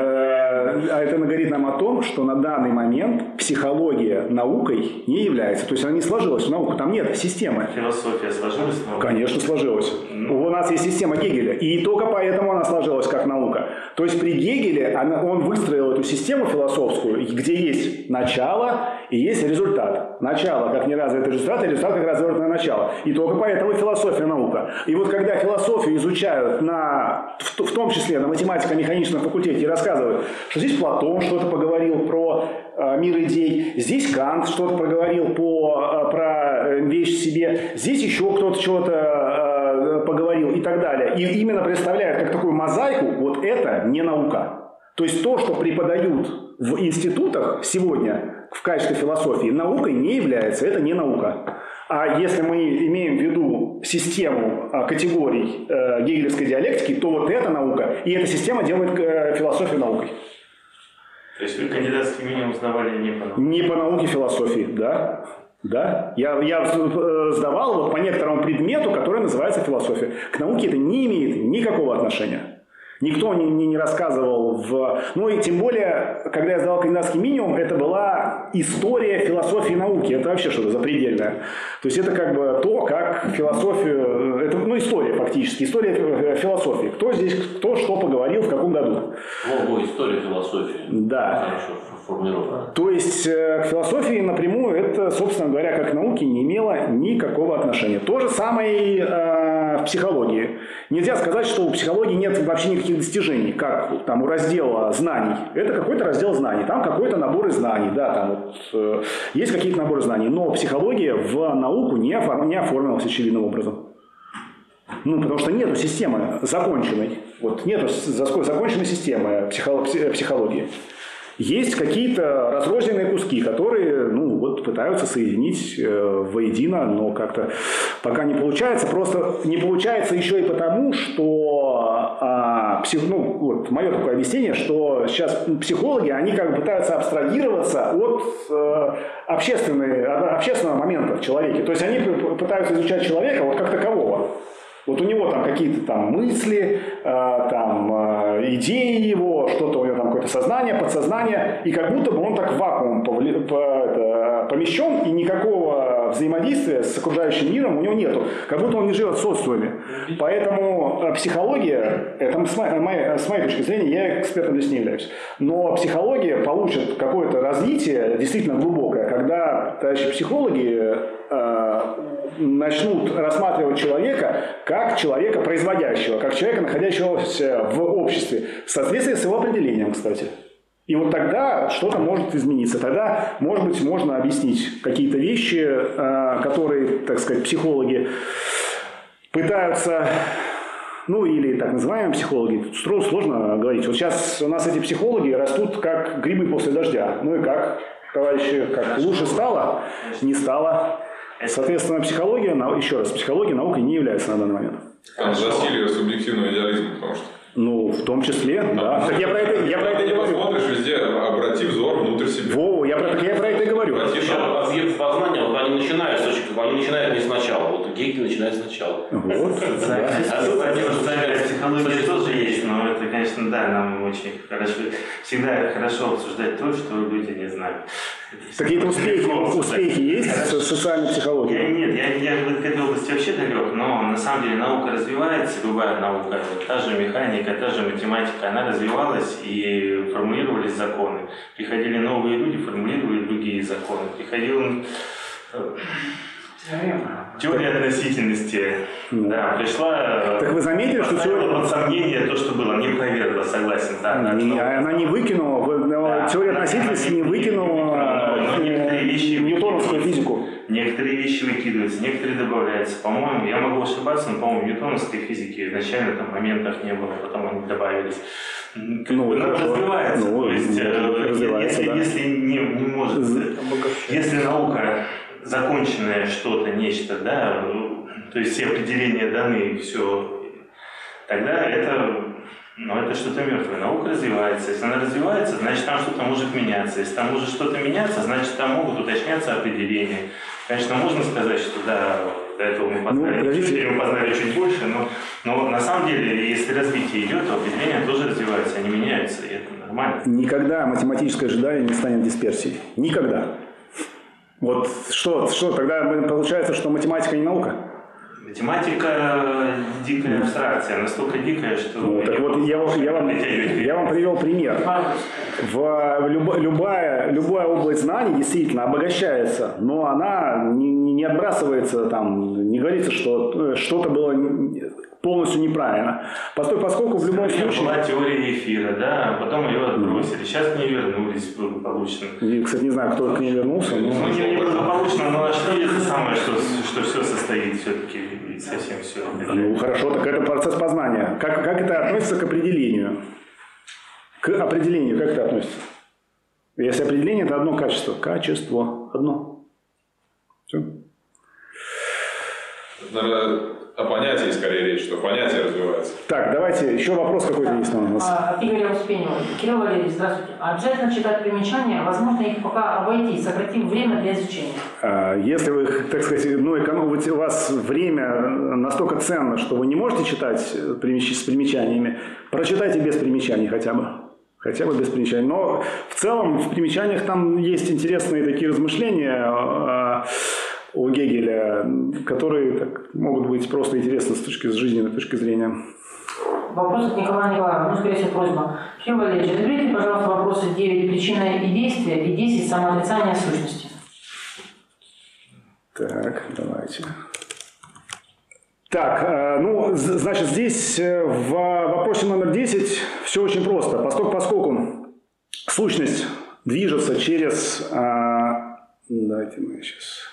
а это говорит нам о том, что на данный момент психология наукой не является. То есть она не сложилась в науку, там нет системы. Философия сложилась в науку? Конечно, сложилась. У нас есть система Гегеля. И только поэтому она сложилась как наука. То есть при Гегеле он выстроил эту систему философскую, где есть начало и есть результат. Начало как неразвитый результат, и результат как развитое начало. И только поэтому философия наука. И вот когда философию изучают в том числе на математико-механическом факультете и рассказывают, что здесь Платон что-то поговорил про мир идей, здесь Кант что-то поговорил про вещь в себе, здесь еще кто-то что-то поговорил и так далее. И именно представляют как такую мозаику, вот это не наука. То есть то, что преподают в институтах сегодня, в качестве философии наукой не является, это не наука. А если мы имеем в виду систему категорий гегелевской диалектики, то вот эта наука, и эта система делает философию наукой. То есть вы кандидатский минимум сдавали не по науке? Не по науке философии, да. Да, я сдавал вот по некоторому предмету, который называется философия. К науке это не имеет никакого отношения. Никто не рассказывал Ну и тем более, когда я сдавал кандидатский минимум, это была история философии науки. Это вообще что-то запредельное. То есть это как бы то, как философию... Это, история фактически. История философии. Кто здесь, кто что поговорил, в каком году. История философии. Да. Хорошо формулировано. То есть к философии напрямую это, собственно говоря, как к науке не имело никакого отношения. То же самое и в психологии. Нельзя сказать, что у психологии нет вообще никаких достижений, как там у раздела знаний. Это какой-то раздел знаний, там какой-то набор знаний, да, там вот, есть какие-то наборы знаний, но психология в науку не оформилась очевидным образом. Потому что нету системы законченной, вот нету законченной системы психологии. Есть какие-то разрозненные куски, которые пытаются соединить воедино, но как-то пока не получается. Просто не получается еще и потому, что мое такое объяснение, что сейчас психологи, они как бы пытаются абстрагироваться от общественного момента в человеке. То есть они пытаются изучать человека вот как такового. Вот у него там какие-то там мысли, идеи его, что-то у него там какое-то сознание, подсознание, и как будто бы он так в вакуум помещен, и никакого взаимодействия с окружающим миром у него нету. Как будто он не живет в социуме. Поэтому психология, это с моей точки зрения, я экспертом здесь не являюсь, но психология получит какое-то развитие действительно глубокое, когда товарищи психологи начнут рассматривать человека как человека производящего, как человека, находящегося в обществе, в соответствии с его определением, кстати. И вот тогда что-то может измениться. Тогда, может быть, можно объяснить какие-то вещи, которые, так сказать, психологи пытаются, или так называемые психологи, тут сложно говорить. Вот сейчас у нас эти психологи растут как грибы после дождя. И как, товарищи, как лучше стало, не стало. Соответственно, психология наукой не является на данный момент. Там засилие субъективного идеализма, потому что... В том числе, да. Так я про это и говорю. Смотришь везде, обрати взор внутрь себя. Я про это и говорю. Разъезд познания, они начинают не сначала. Вот Гегель начинает сначала. Психология тоже есть, но это, конечно, да, нам очень хорошо. Всегда хорошо обсуждать то, что люди не знают. Какие-то успехи есть в социальной психологии? Я в этой области вообще далек, но на самом деле наука развивается, любая наука, та же механика, та же математика, она развивалась и формулировались законы. Приходили новые люди, формулировали другие законы. Теория относительности. Да, пришла. Так вы заметили, что под сомнение то, что было, не проверила, согласен. Да, она не выкинула, теория относительности не выкинула ньютоновскую физику. Некоторые вещи выкидываются, некоторые добавляются. По-моему, я могу ошибаться, но, по-моему, ньютоновской физики изначально там моментов не было, потом они добавились. Развивается. То есть, если не может, если наука законченное что-то, нечто, да, то есть все определения даны и все, тогда это что-то мертвое. Наука развивается. Если она развивается, значит там что-то может меняться. Если там может что-то меняться, значит там могут уточняться определения. Конечно, можно сказать, что да, до этого мы познали чуть больше, но на самом деле, если развитие идет, то определения тоже развиваются, они меняются, и это нормально. Никогда математическое ожидание не станет дисперсией. Никогда. Вот что тогда получается, что математика не наука? Математика дикая абстракция, настолько дикая, что... Так вот, я вам привел пример. Любая область знаний действительно обогащается, но она не отбрасывается, не говорится, что что-то было полностью неправильно. Поскольку в любом случае... Была теория эфира, да, а потом ее отбросили. Сейчас к ней вернулись благополучно. Я, кстати, не знаю, кто к ней вернулся. Не благополучно, но нашли это самое, что все состоит все-таки, и совсем все. Хорошо, так это процесс познания. Как это относится к определению? К определению как это относится? Если определение – это одно качество. Качество одно. Все. Наверное, о понятии скорее речь, что понятие развивается. Так, давайте, еще вопрос какой-то есть у нас. От Игоря Успенева. Кирилл Валерьевич, здравствуйте. Обязательно читать примечания, возможно их пока обойти, сократив время для изучения. Если вы, так сказать, экономите, у вас время настолько ценно, что вы не можете читать с примечаниями, прочитайте без примечаний хотя бы. Хотя бы без примечаний. Но в целом в примечаниях там есть интересные такие размышления у Гегеля, которые так, могут быть просто интересны с жизненной точки зрения. Вопрос от Николая Николаева. Ну, скорее всего, просьба. Кирилл Валерьевич, разберите, пожалуйста, вопросы 9 причина и действия и 10 самоотрицания сущности. Так, давайте. Так, ну, значит, здесь в вопросе номер 10 все очень просто. Поскольку сущность движется через... Давайте мы сейчас...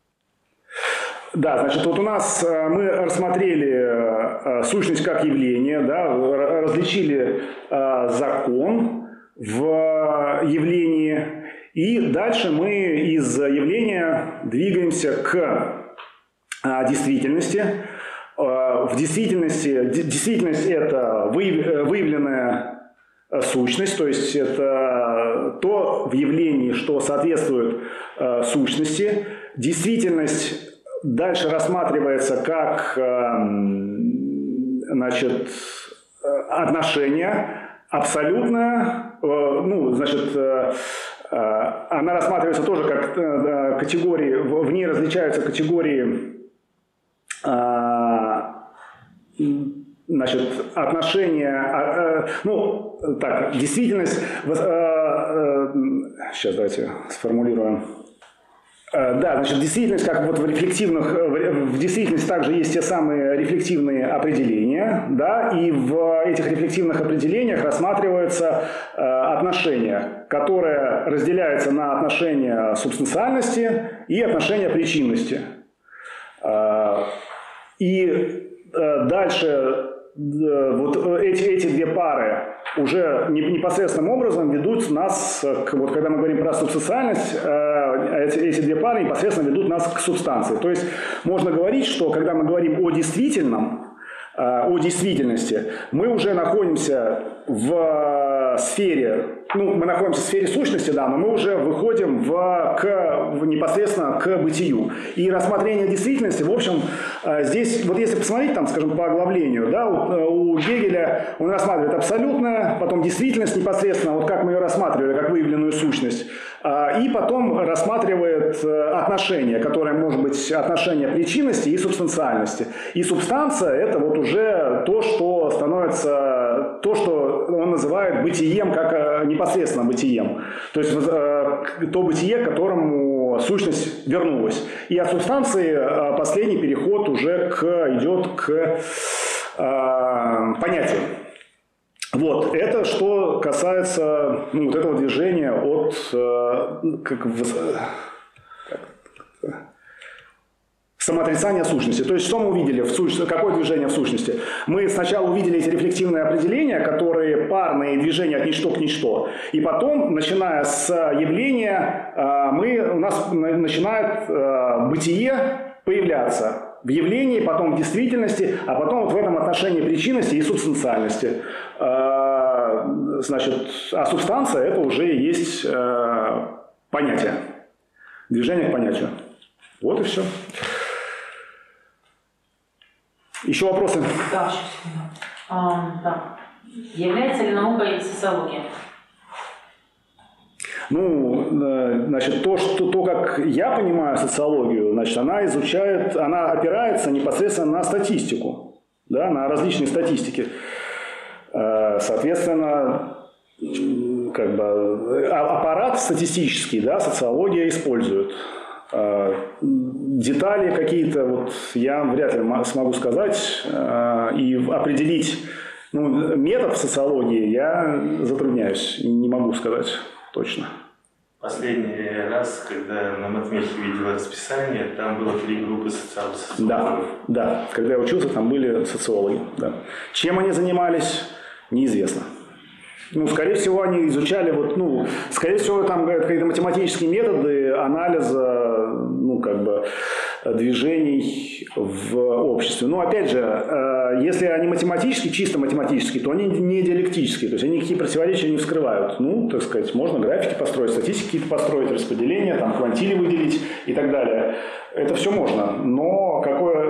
Да, значит, вот у нас мы рассмотрели сущность как явление, да, различили закон в явлении, и дальше мы из явления двигаемся к действительности. В действительности, действительность – это выявленная сущность, то есть это то в явлении, что соответствует сущности. Действительность дальше рассматривается как, значит, отношение абсолютное, ну, значит, она рассматривается тоже как категории, в ней различаются категории, значит, отношения, ну, так, действительность, сейчас давайте сформулируем. Да, значит, действительность, как вот в действительности также есть те самые рефлективные определения, да, и в этих рефлективных определениях рассматриваются отношения, которые разделяются на отношения субстанциальности и отношения причинности. И дальше вот эти две пары уже непосредственным образом ведут нас, вот когда мы говорим про субстанциальность, эти две пары непосредственно ведут нас к субстанции. То есть можно говорить, что когда мы говорим о действительном, о действительности, мы уже находимся в сфере, ну, мы находимся в сфере сущности, да, но мы уже выходим непосредственно к бытию. И рассмотрение действительности, в общем, здесь, вот если посмотреть, там, скажем, по оглавлению, да, у Гегеля он рассматривает абсолютное, потом действительность непосредственно, вот как мы ее рассматривали, как выявленную сущность, и потом рассматривает отношения, которое может быть отношение причинности и субстанциальности. И субстанция – это вот уже то, что становится, то, что он называет бытием, как непосредственно бытием. То есть то бытие, к которому сущность вернулась. И от субстанции последний переход уже идет к понятию. Вот, это что касается вот этого движения от самоотрицания сущности. То есть, что мы увидели какое движение в сущности? Мы сначала увидели эти рефлективные определения, которые парные движения от ничто к ничто. И потом, начиная с явления, у нас начинает бытие появляться в явлении, потом в действительности, а потом вот в этом отношении причинности и субстанциальности. Значит, а субстанция – это уже есть понятие, движение к понятию. Вот и все. Еще вопросы? Да, сейчас. Да. Является ли наукой социология? Ну, значит, то, как я понимаю социологию, значит, она опирается непосредственно на статистику, да, на различные статистики. Соответственно, как бы аппарат статистический, да, социология использует. Детали какие-то вот я вряд ли смогу сказать и определить метод в социологии я затрудняюсь, не могу сказать точно. Последний раз, когда на матмехе видел расписание, там было 3 группы социологов. Да, когда я учился, там были социологи. Да. Чем они занимались, неизвестно. Ну, скорее всего, они изучали, скорее всего, там какие-то математические методы анализа, движений в обществе. Но, опять же, если они математические, чисто математические, то они не диалектические, то есть они никакие противоречия не вскрывают. Так сказать, можно графики построить, статистики какие-то построить, распределения, там, квантили выделить и так далее. Это все можно, но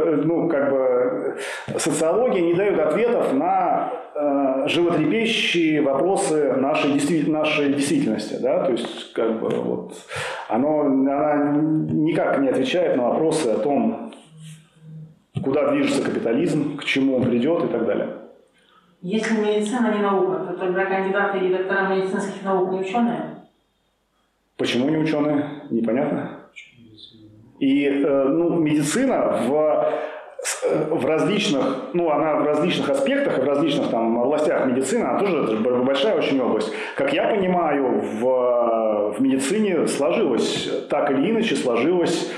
социология не дает ответов на животрепещущие вопросы нашей действительности, да, то есть она никак не отвечает на вопросы о том, куда движется капитализм, к чему он придет и так далее. Если медицина не наука, то тогда кандидаты и доктора медицинских наук не ученые? Почему не ученые? Непонятно. И медицина в различных, она в различных аспектах, в различных областях медицины, она тоже большая очень область. Как я понимаю, в медицине так или иначе сложилось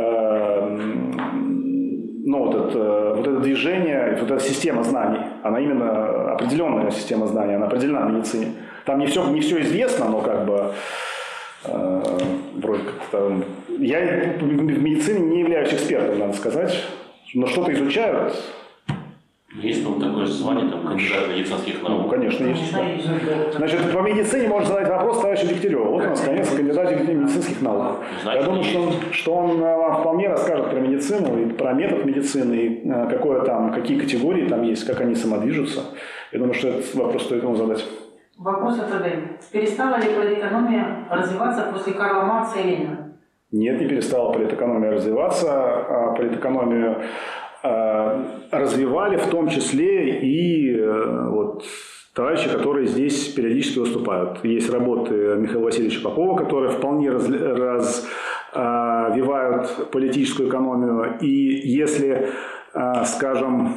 это движение, вот эта система знаний, она именно определенная система знаний, она определена в медицине. Там не все известно, но вроде как-то... Я в медицине не являюсь экспертом, надо сказать, но что-то изучают. Есть такое же звание, кандидат медицинских наук? Конечно, есть. Значит, по медицине можно задать вопрос товарищу Дегтяреву. Вот у нас, конец, кандидат медицинских наук. Я думаю, что он вам вполне расскажет про медицину, и про метод медицины, и какие категории там есть, как они самодвижутся. Я думаю, что этот вопрос стоит ему задать. Вопрос от АД. Перестала ли политэкономия развиваться после Карла Маркса и Ленина? Нет, не перестала политэкономия развиваться. Политэкономию развивали в том числе и товарищи, которые здесь периодически выступают. Есть работы Михаила Васильевича Попова, которые вполне развивают политическую экономию. И если, скажем,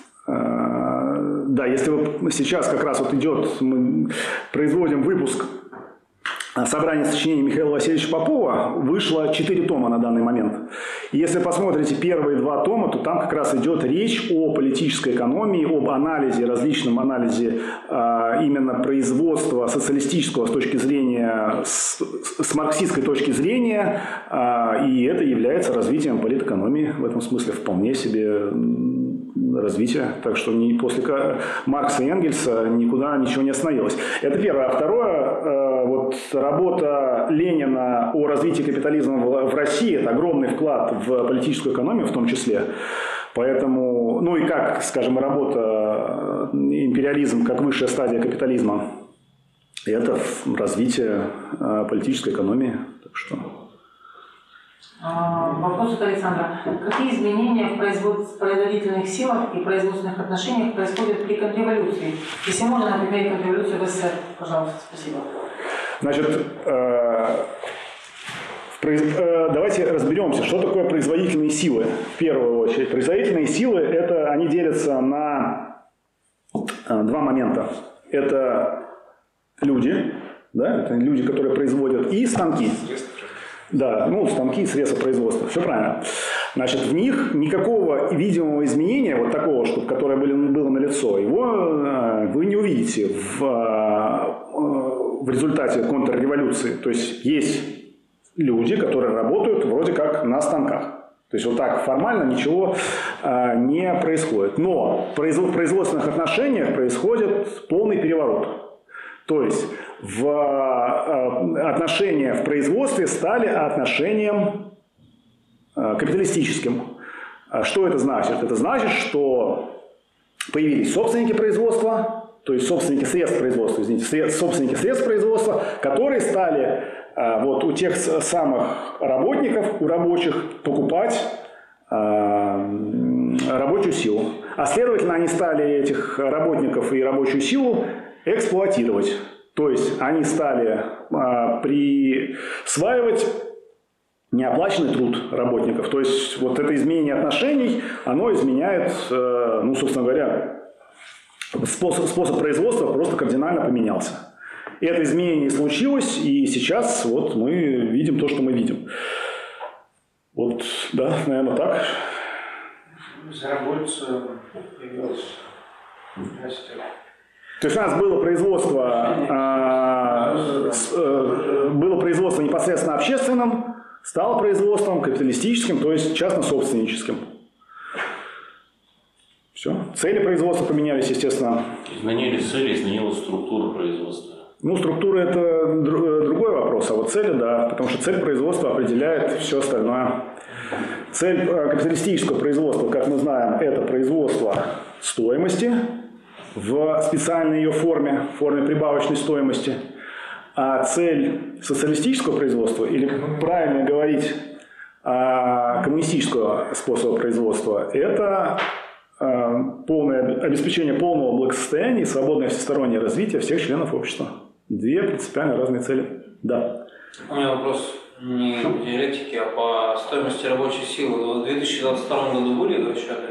если сейчас как раз идет, мы производим выпуск собрание сочинений Михаила Васильевича Попова, вышло 4 тома на данный момент. И если посмотрите первые 2 тома, то там как раз идет речь о политической экономии, об анализе, различном анализе именно производства социалистического с точки зрения, с марксистской точки зрения, и это является развитием политэкономии в этом смысле вполне себе развитие. Так что после Маркса и Энгельса никуда ничего не остановилось. Это первое. А второе, работа Ленина о развитии капитализма в России – это огромный вклад в политическую экономию в том числе. Поэтому, и как, скажем, работа империализм как высшая стадия капитализма – это развитие политической экономии. Так что... Вопрос от Александра. Какие изменения в производительных силах и производственных отношениях происходят при контрреволюции? Если можно, на примере контрреволюции в СССР. Пожалуйста, спасибо. Значит, давайте разберемся, что такое производительные силы. В первую очередь, производительные силы, они делятся на 2 момента. Это люди, это люди, которые производят, и станки. Да, станки и средства производства. Все правильно. Значит, в них никакого видимого изменения, такого, которое было налицо, его вы не увидите в результате контрреволюции. То есть люди, которые работают вроде как на станках. То есть так формально ничего не происходит. Но в производственных отношениях происходит полный переворот. То есть отношения в производстве стали отношением капиталистическим. Что это значит? Это значит, что появились собственники производства, то есть собственники средств производства, собственники средств производства, которые стали у тех самых работников, у рабочих покупать рабочую силу. А следовательно, они стали этих работников и рабочую силу эксплуатировать. То есть они стали присваивать неоплаченный труд работников. То есть это изменение отношений, оно изменяет, собственно говоря, способ производства просто кардинально поменялся. И это изменение случилось, и сейчас мы видим то, что мы видим. Наверное, так. Безработица появилась. То есть у нас было производство непосредственно общественным, стало производством капиталистическим, то есть частно-собственническим. Все. Цели производства поменялись, естественно. Изменились цели, изменилась структура производства. Ну, структура – это другой вопрос, а вот цели – да, потому что цель производства определяет все остальное. Цель капиталистического производства, как мы знаем, это производство стоимости в специальной ее форме прибавочной стоимости. А цель социалистического производства, или правильно говорить, коммунистического способа производства, это полное обеспечение полного благосостояния и свободное всестороннее развитие всех членов общества. Две принципиально разные цели. Да. У меня вопрос не по диалектике, а по стоимости рабочей силы. В 2022 году были расчеты?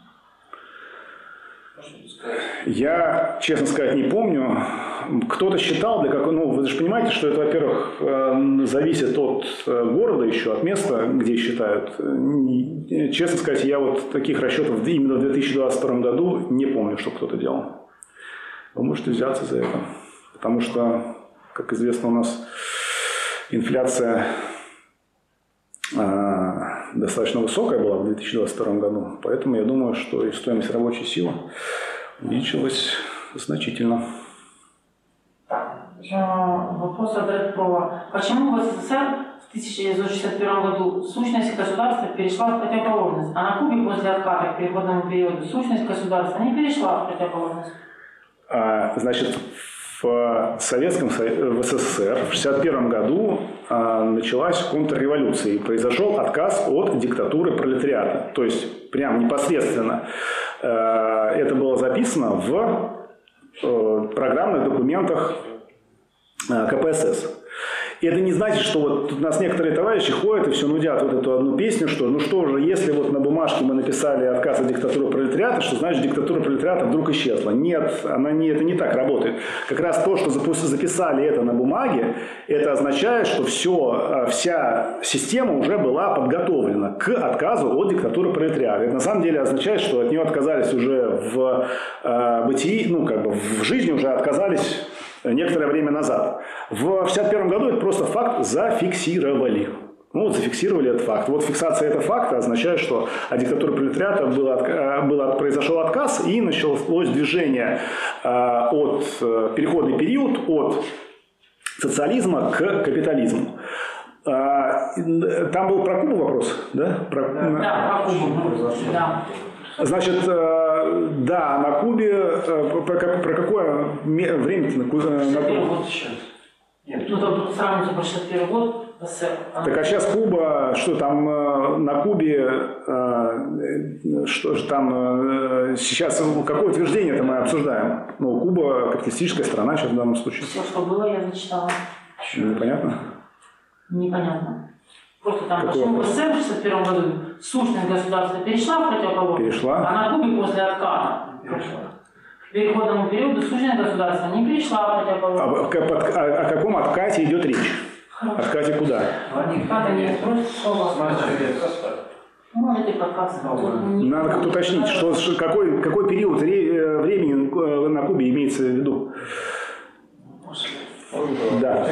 Я, честно сказать, не помню. Кто-то считал, вы же понимаете, что это, во-первых, зависит от города еще, от места, где считают. Честно сказать, я вот таких расчетов именно в 2022 году не помню, что кто-то делал. Вы можете взяться за это. Потому что, как известно, у нас инфляция достаточно высокая была в 2022 году. Поэтому я думаю, что и стоимость рабочей силы увеличилась значительно. Вопрос от Редпрова. Почему в СССР в 1961 году сущность государства перешла в противоположность, а на Кубе после отката к переходному периоду сущность государства не перешла в противоположность? Значит, в СССР в 1961 году началась контрреволюция и произошел отказ от диктатуры пролетариата. То есть, прям непосредственно это было записано в программных документах КПСС. И это не значит, что вот у нас некоторые товарищи ходят и все нудят вот эту одну песню, что ну что же, если вот на бумажке мы написали отказ от диктатуры пролетариата, что значит диктатура пролетариата вдруг исчезла. Нет, это не так работает. Как раз то, что записали это на бумаге, это означает, что вся система уже была подготовлена к отказу от диктатуры пролетариата. Это на самом деле означает, что от нее отказались уже в бытии, в жизни уже отказались некоторое время назад. В 1951 году это просто факт зафиксировали. Зафиксировали этот факт. Вот фиксация этого факта означает, что от диктатуры пролетариата произошел отказ и началось движение переходный период от социализма к капитализму. Там был про Кубу вопрос, да? Про Кубу. Да. Значит, да, на Кубе, про какое время на Кубе? Тут сравнивается по 61 год. Так а сейчас Куба, что там на Кубе, что же там сейчас, какое утверждение-то мы обсуждаем? Куба капиталистическая страна сейчас в данном случае. Все, что было, я зачитала. Непонятно? Непонятно. Просто там почему в СССР в 1961 году сущность государства перешла в противоположность, а на Кубе после отката к переходному периоду сущность государства не перешла в противоположность. О каком откате идет речь? Откате куда? Отката нет, просто слово. Можете показывать. Надо как-то уточнить, какой период времени на Кубе имеется в виду. Да.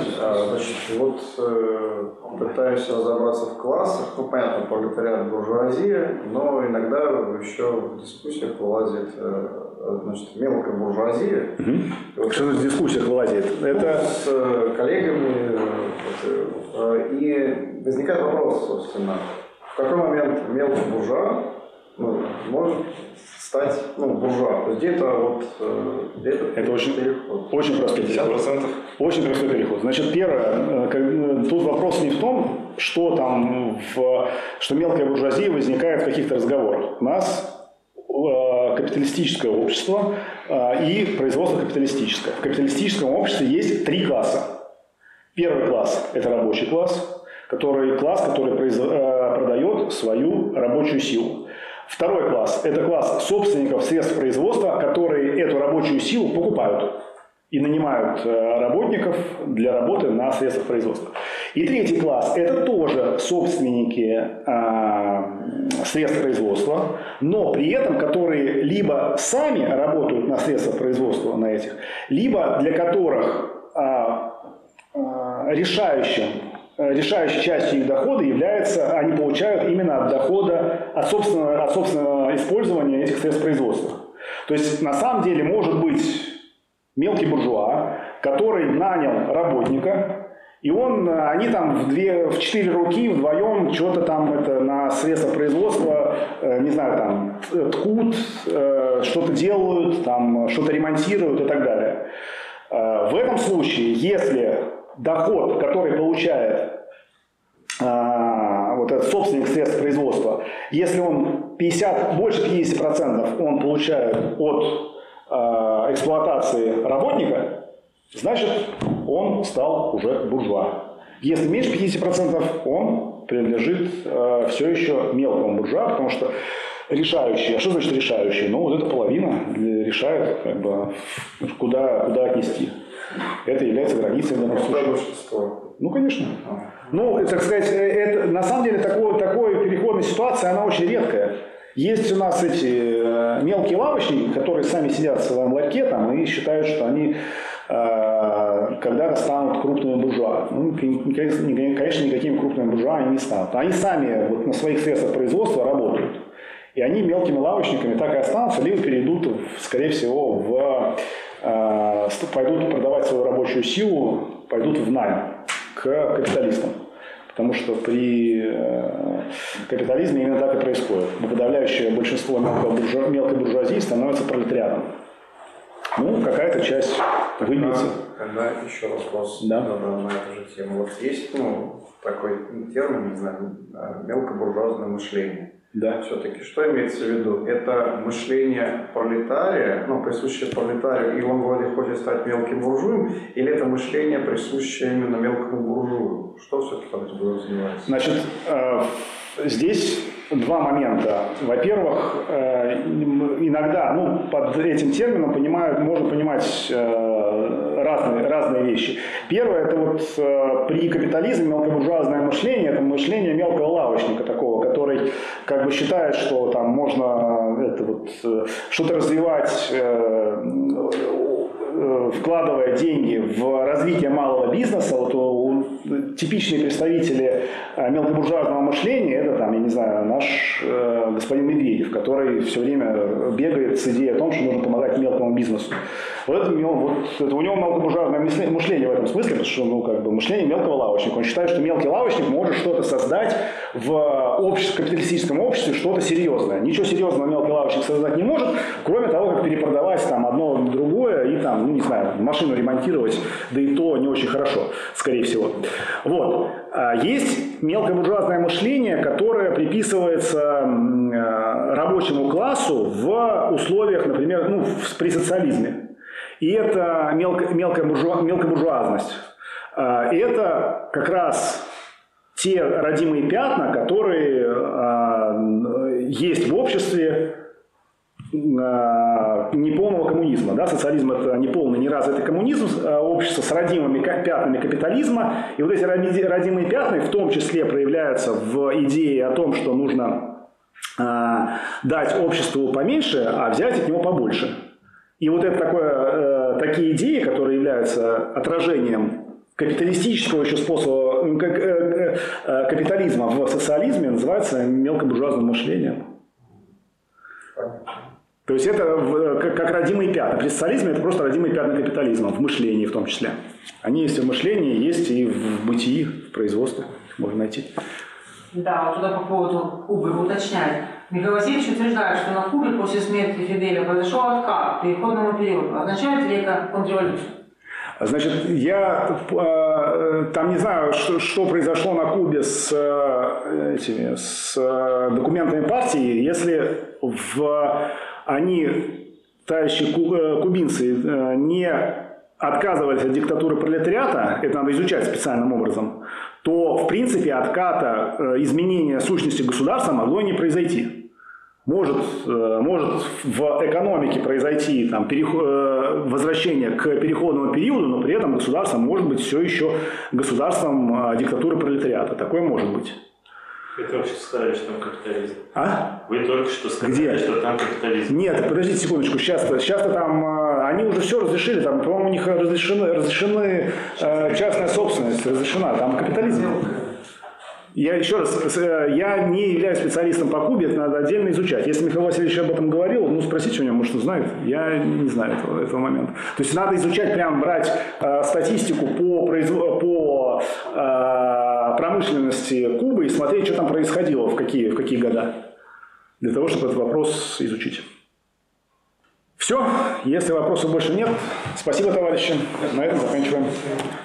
Значит, пытаюсь разобраться в классах. Понятно, пролетариат, буржуазия, но иногда еще в дискуссиях вылазит мелкая буржуазия. Угу. Что в дискуссиях вылазит? Это с коллегами. И возникает вопрос, собственно, в какой момент мелкий буржуа может стать буржуа. То есть где-то это очень простой переход. 50%. Очень простой переход. Значит, первое, тут вопрос не в том, что мелкая буржуазия возникает в каких-то разговорах. У нас капиталистическое общество и производство капиталистическое. В капиталистическом обществе есть три класса. Первый класс – это рабочий класс, который продает свою рабочую силу. Второй класс – это класс собственников средств производства, которые эту рабочую силу покупают и нанимают работников для работы на средствах производства. И третий класс – это тоже собственники средств производства, но при этом которые либо сами работают на средствах производства на этих, либо для которых решающей частью их дохода является, они получают именно от дохода, от собственного использования этих средств производства. То есть на самом деле может быть мелкий буржуа, который нанял работника, и они там в 4 руки вдвоем что-то там на средства производства, не знаю, там ткут, что-то делают, там что-то ремонтируют и так далее. В этом случае, если доход, который получает вот этот собственник средств производства, если он больше 50% он получает от эксплуатации работника, значит, он стал уже буржуа. Если меньше 50%, он принадлежит все еще мелкому буржуа, потому что решающий. А что значит решающий? Ну, вот эта половина решает, куда отнести. Это является границей в данном случае. Ну, конечно. Ну, так сказать, это, на самом деле, такой переходная ситуация, она очень редкая. Есть у нас эти мелкие лавочники, которые сами сидят в своем ларьке там, и считают, что они когда-то станут крупными буржуа. Ну, конечно, никакими крупными буржуа они не станут. Они сами на своих средствах производства работают. И они мелкими лавочниками так и останутся, либо перейдут, скорее всего, пойдут продавать свою рабочую силу, пойдут в найм к капиталистам. Потому что при капитализме именно так и происходит. Подавляющее большинство мелкой буржуазии становится пролетариатом. Ну, какая-то часть выбьется. Когда еще вопрос на эту же тему. Вот есть такой термин, не знаю, мелкобуржуазное мышление. Да. Все-таки что имеется в виду? Это мышление пролетария, присущее пролетарию, и он вроде хочет стать мелким буржуем, или это мышление, присущее именно мелкому буржую? Что все-таки подразумевается? Значит, здесь два момента. Во-первых, иногда под этим термином можно понимать разные вещи. Первое, это при капитализме мелкобуржуазное мышление, это мышление мелкого лавочника такого, который считает, что там можно что-то развивать, вкладывая деньги в развитие малого бизнеса. Типичные представители мелкобуржуазного мышления, это я не знаю, наш господин Медведев, который все время бегает с идеей о том, что нужно помогать мелкому бизнесу. Это у него мелкобуржуазное мышление в этом смысле, потому что мышление мелкого лавочника. Он считает, что мелкий лавочник может что-то создать в капиталистическом обществе, что-то серьезное. Ничего серьезного мелкий лавочник создать не может, кроме того, как перепродавать одно другое и не знаю, машину ремонтировать, да и то не очень хорошо, скорее всего. Вот. Есть мелкобуржуазное мышление, которое приписывается рабочему классу в условиях, например, при социализме. И это мелкая буржуазность. И это как раз те родимые пятна, которые есть в обществе неполного коммунизма. Да? Социализм – это неполный, неразвитый коммунизм, общество с родимыми пятнами капитализма. И вот эти родимые пятна в том числе проявляются в идее о том, что нужно дать обществу поменьше, а взять от него побольше. И вот это такие идеи, которые являются отражением капиталистического еще способа капитализма в социализме, называются мелкобуржуазным мышлением. То есть это как родимые пятна. При социализме это просто родимые пятна капитализма, в мышлении в том числе. Они есть и в мышлении, есть и в бытии, в производстве. Их можно найти. Да, вот туда по поводу Кубы уточняет. Михаил Васильевич утверждает, что на Кубе после смерти Фиделя произошел откат к переходному периоду. Означает ли это контрреволюцию? Значит, я там не знаю, что произошло на Кубе с документами партии, если товарищи кубинцы, не отказывались от диктатуры пролетариата, это надо изучать специальным образом, то, в принципе, отката, изменения сущности государства могло не произойти. может в экономике произойти там, возвращение к переходному периоду, но при этом государство может быть все еще государством диктатуры пролетариата. Такое может быть. Вы только что сказали, что там капитализм. А? Вы только что сказали, что там капитализм. Нет, подождите секундочку. Сейчас-то там они уже все разрешили. Там, по-моему, у них разрешены частная собственность. Разрешена. Там капитализм. Я еще раз, я не являюсь специалистом по Кубе, это надо отдельно изучать. Если Михаил Васильевич об этом говорил, ну спросите у него, может, он знает. Я не знаю этого момента. То есть надо изучать, прям брать статистику по промышленности Кубы и смотреть, что там происходило, в какие года, для того, чтобы этот вопрос изучить. Все, если вопросов больше нет, спасибо, товарищи. На этом заканчиваем.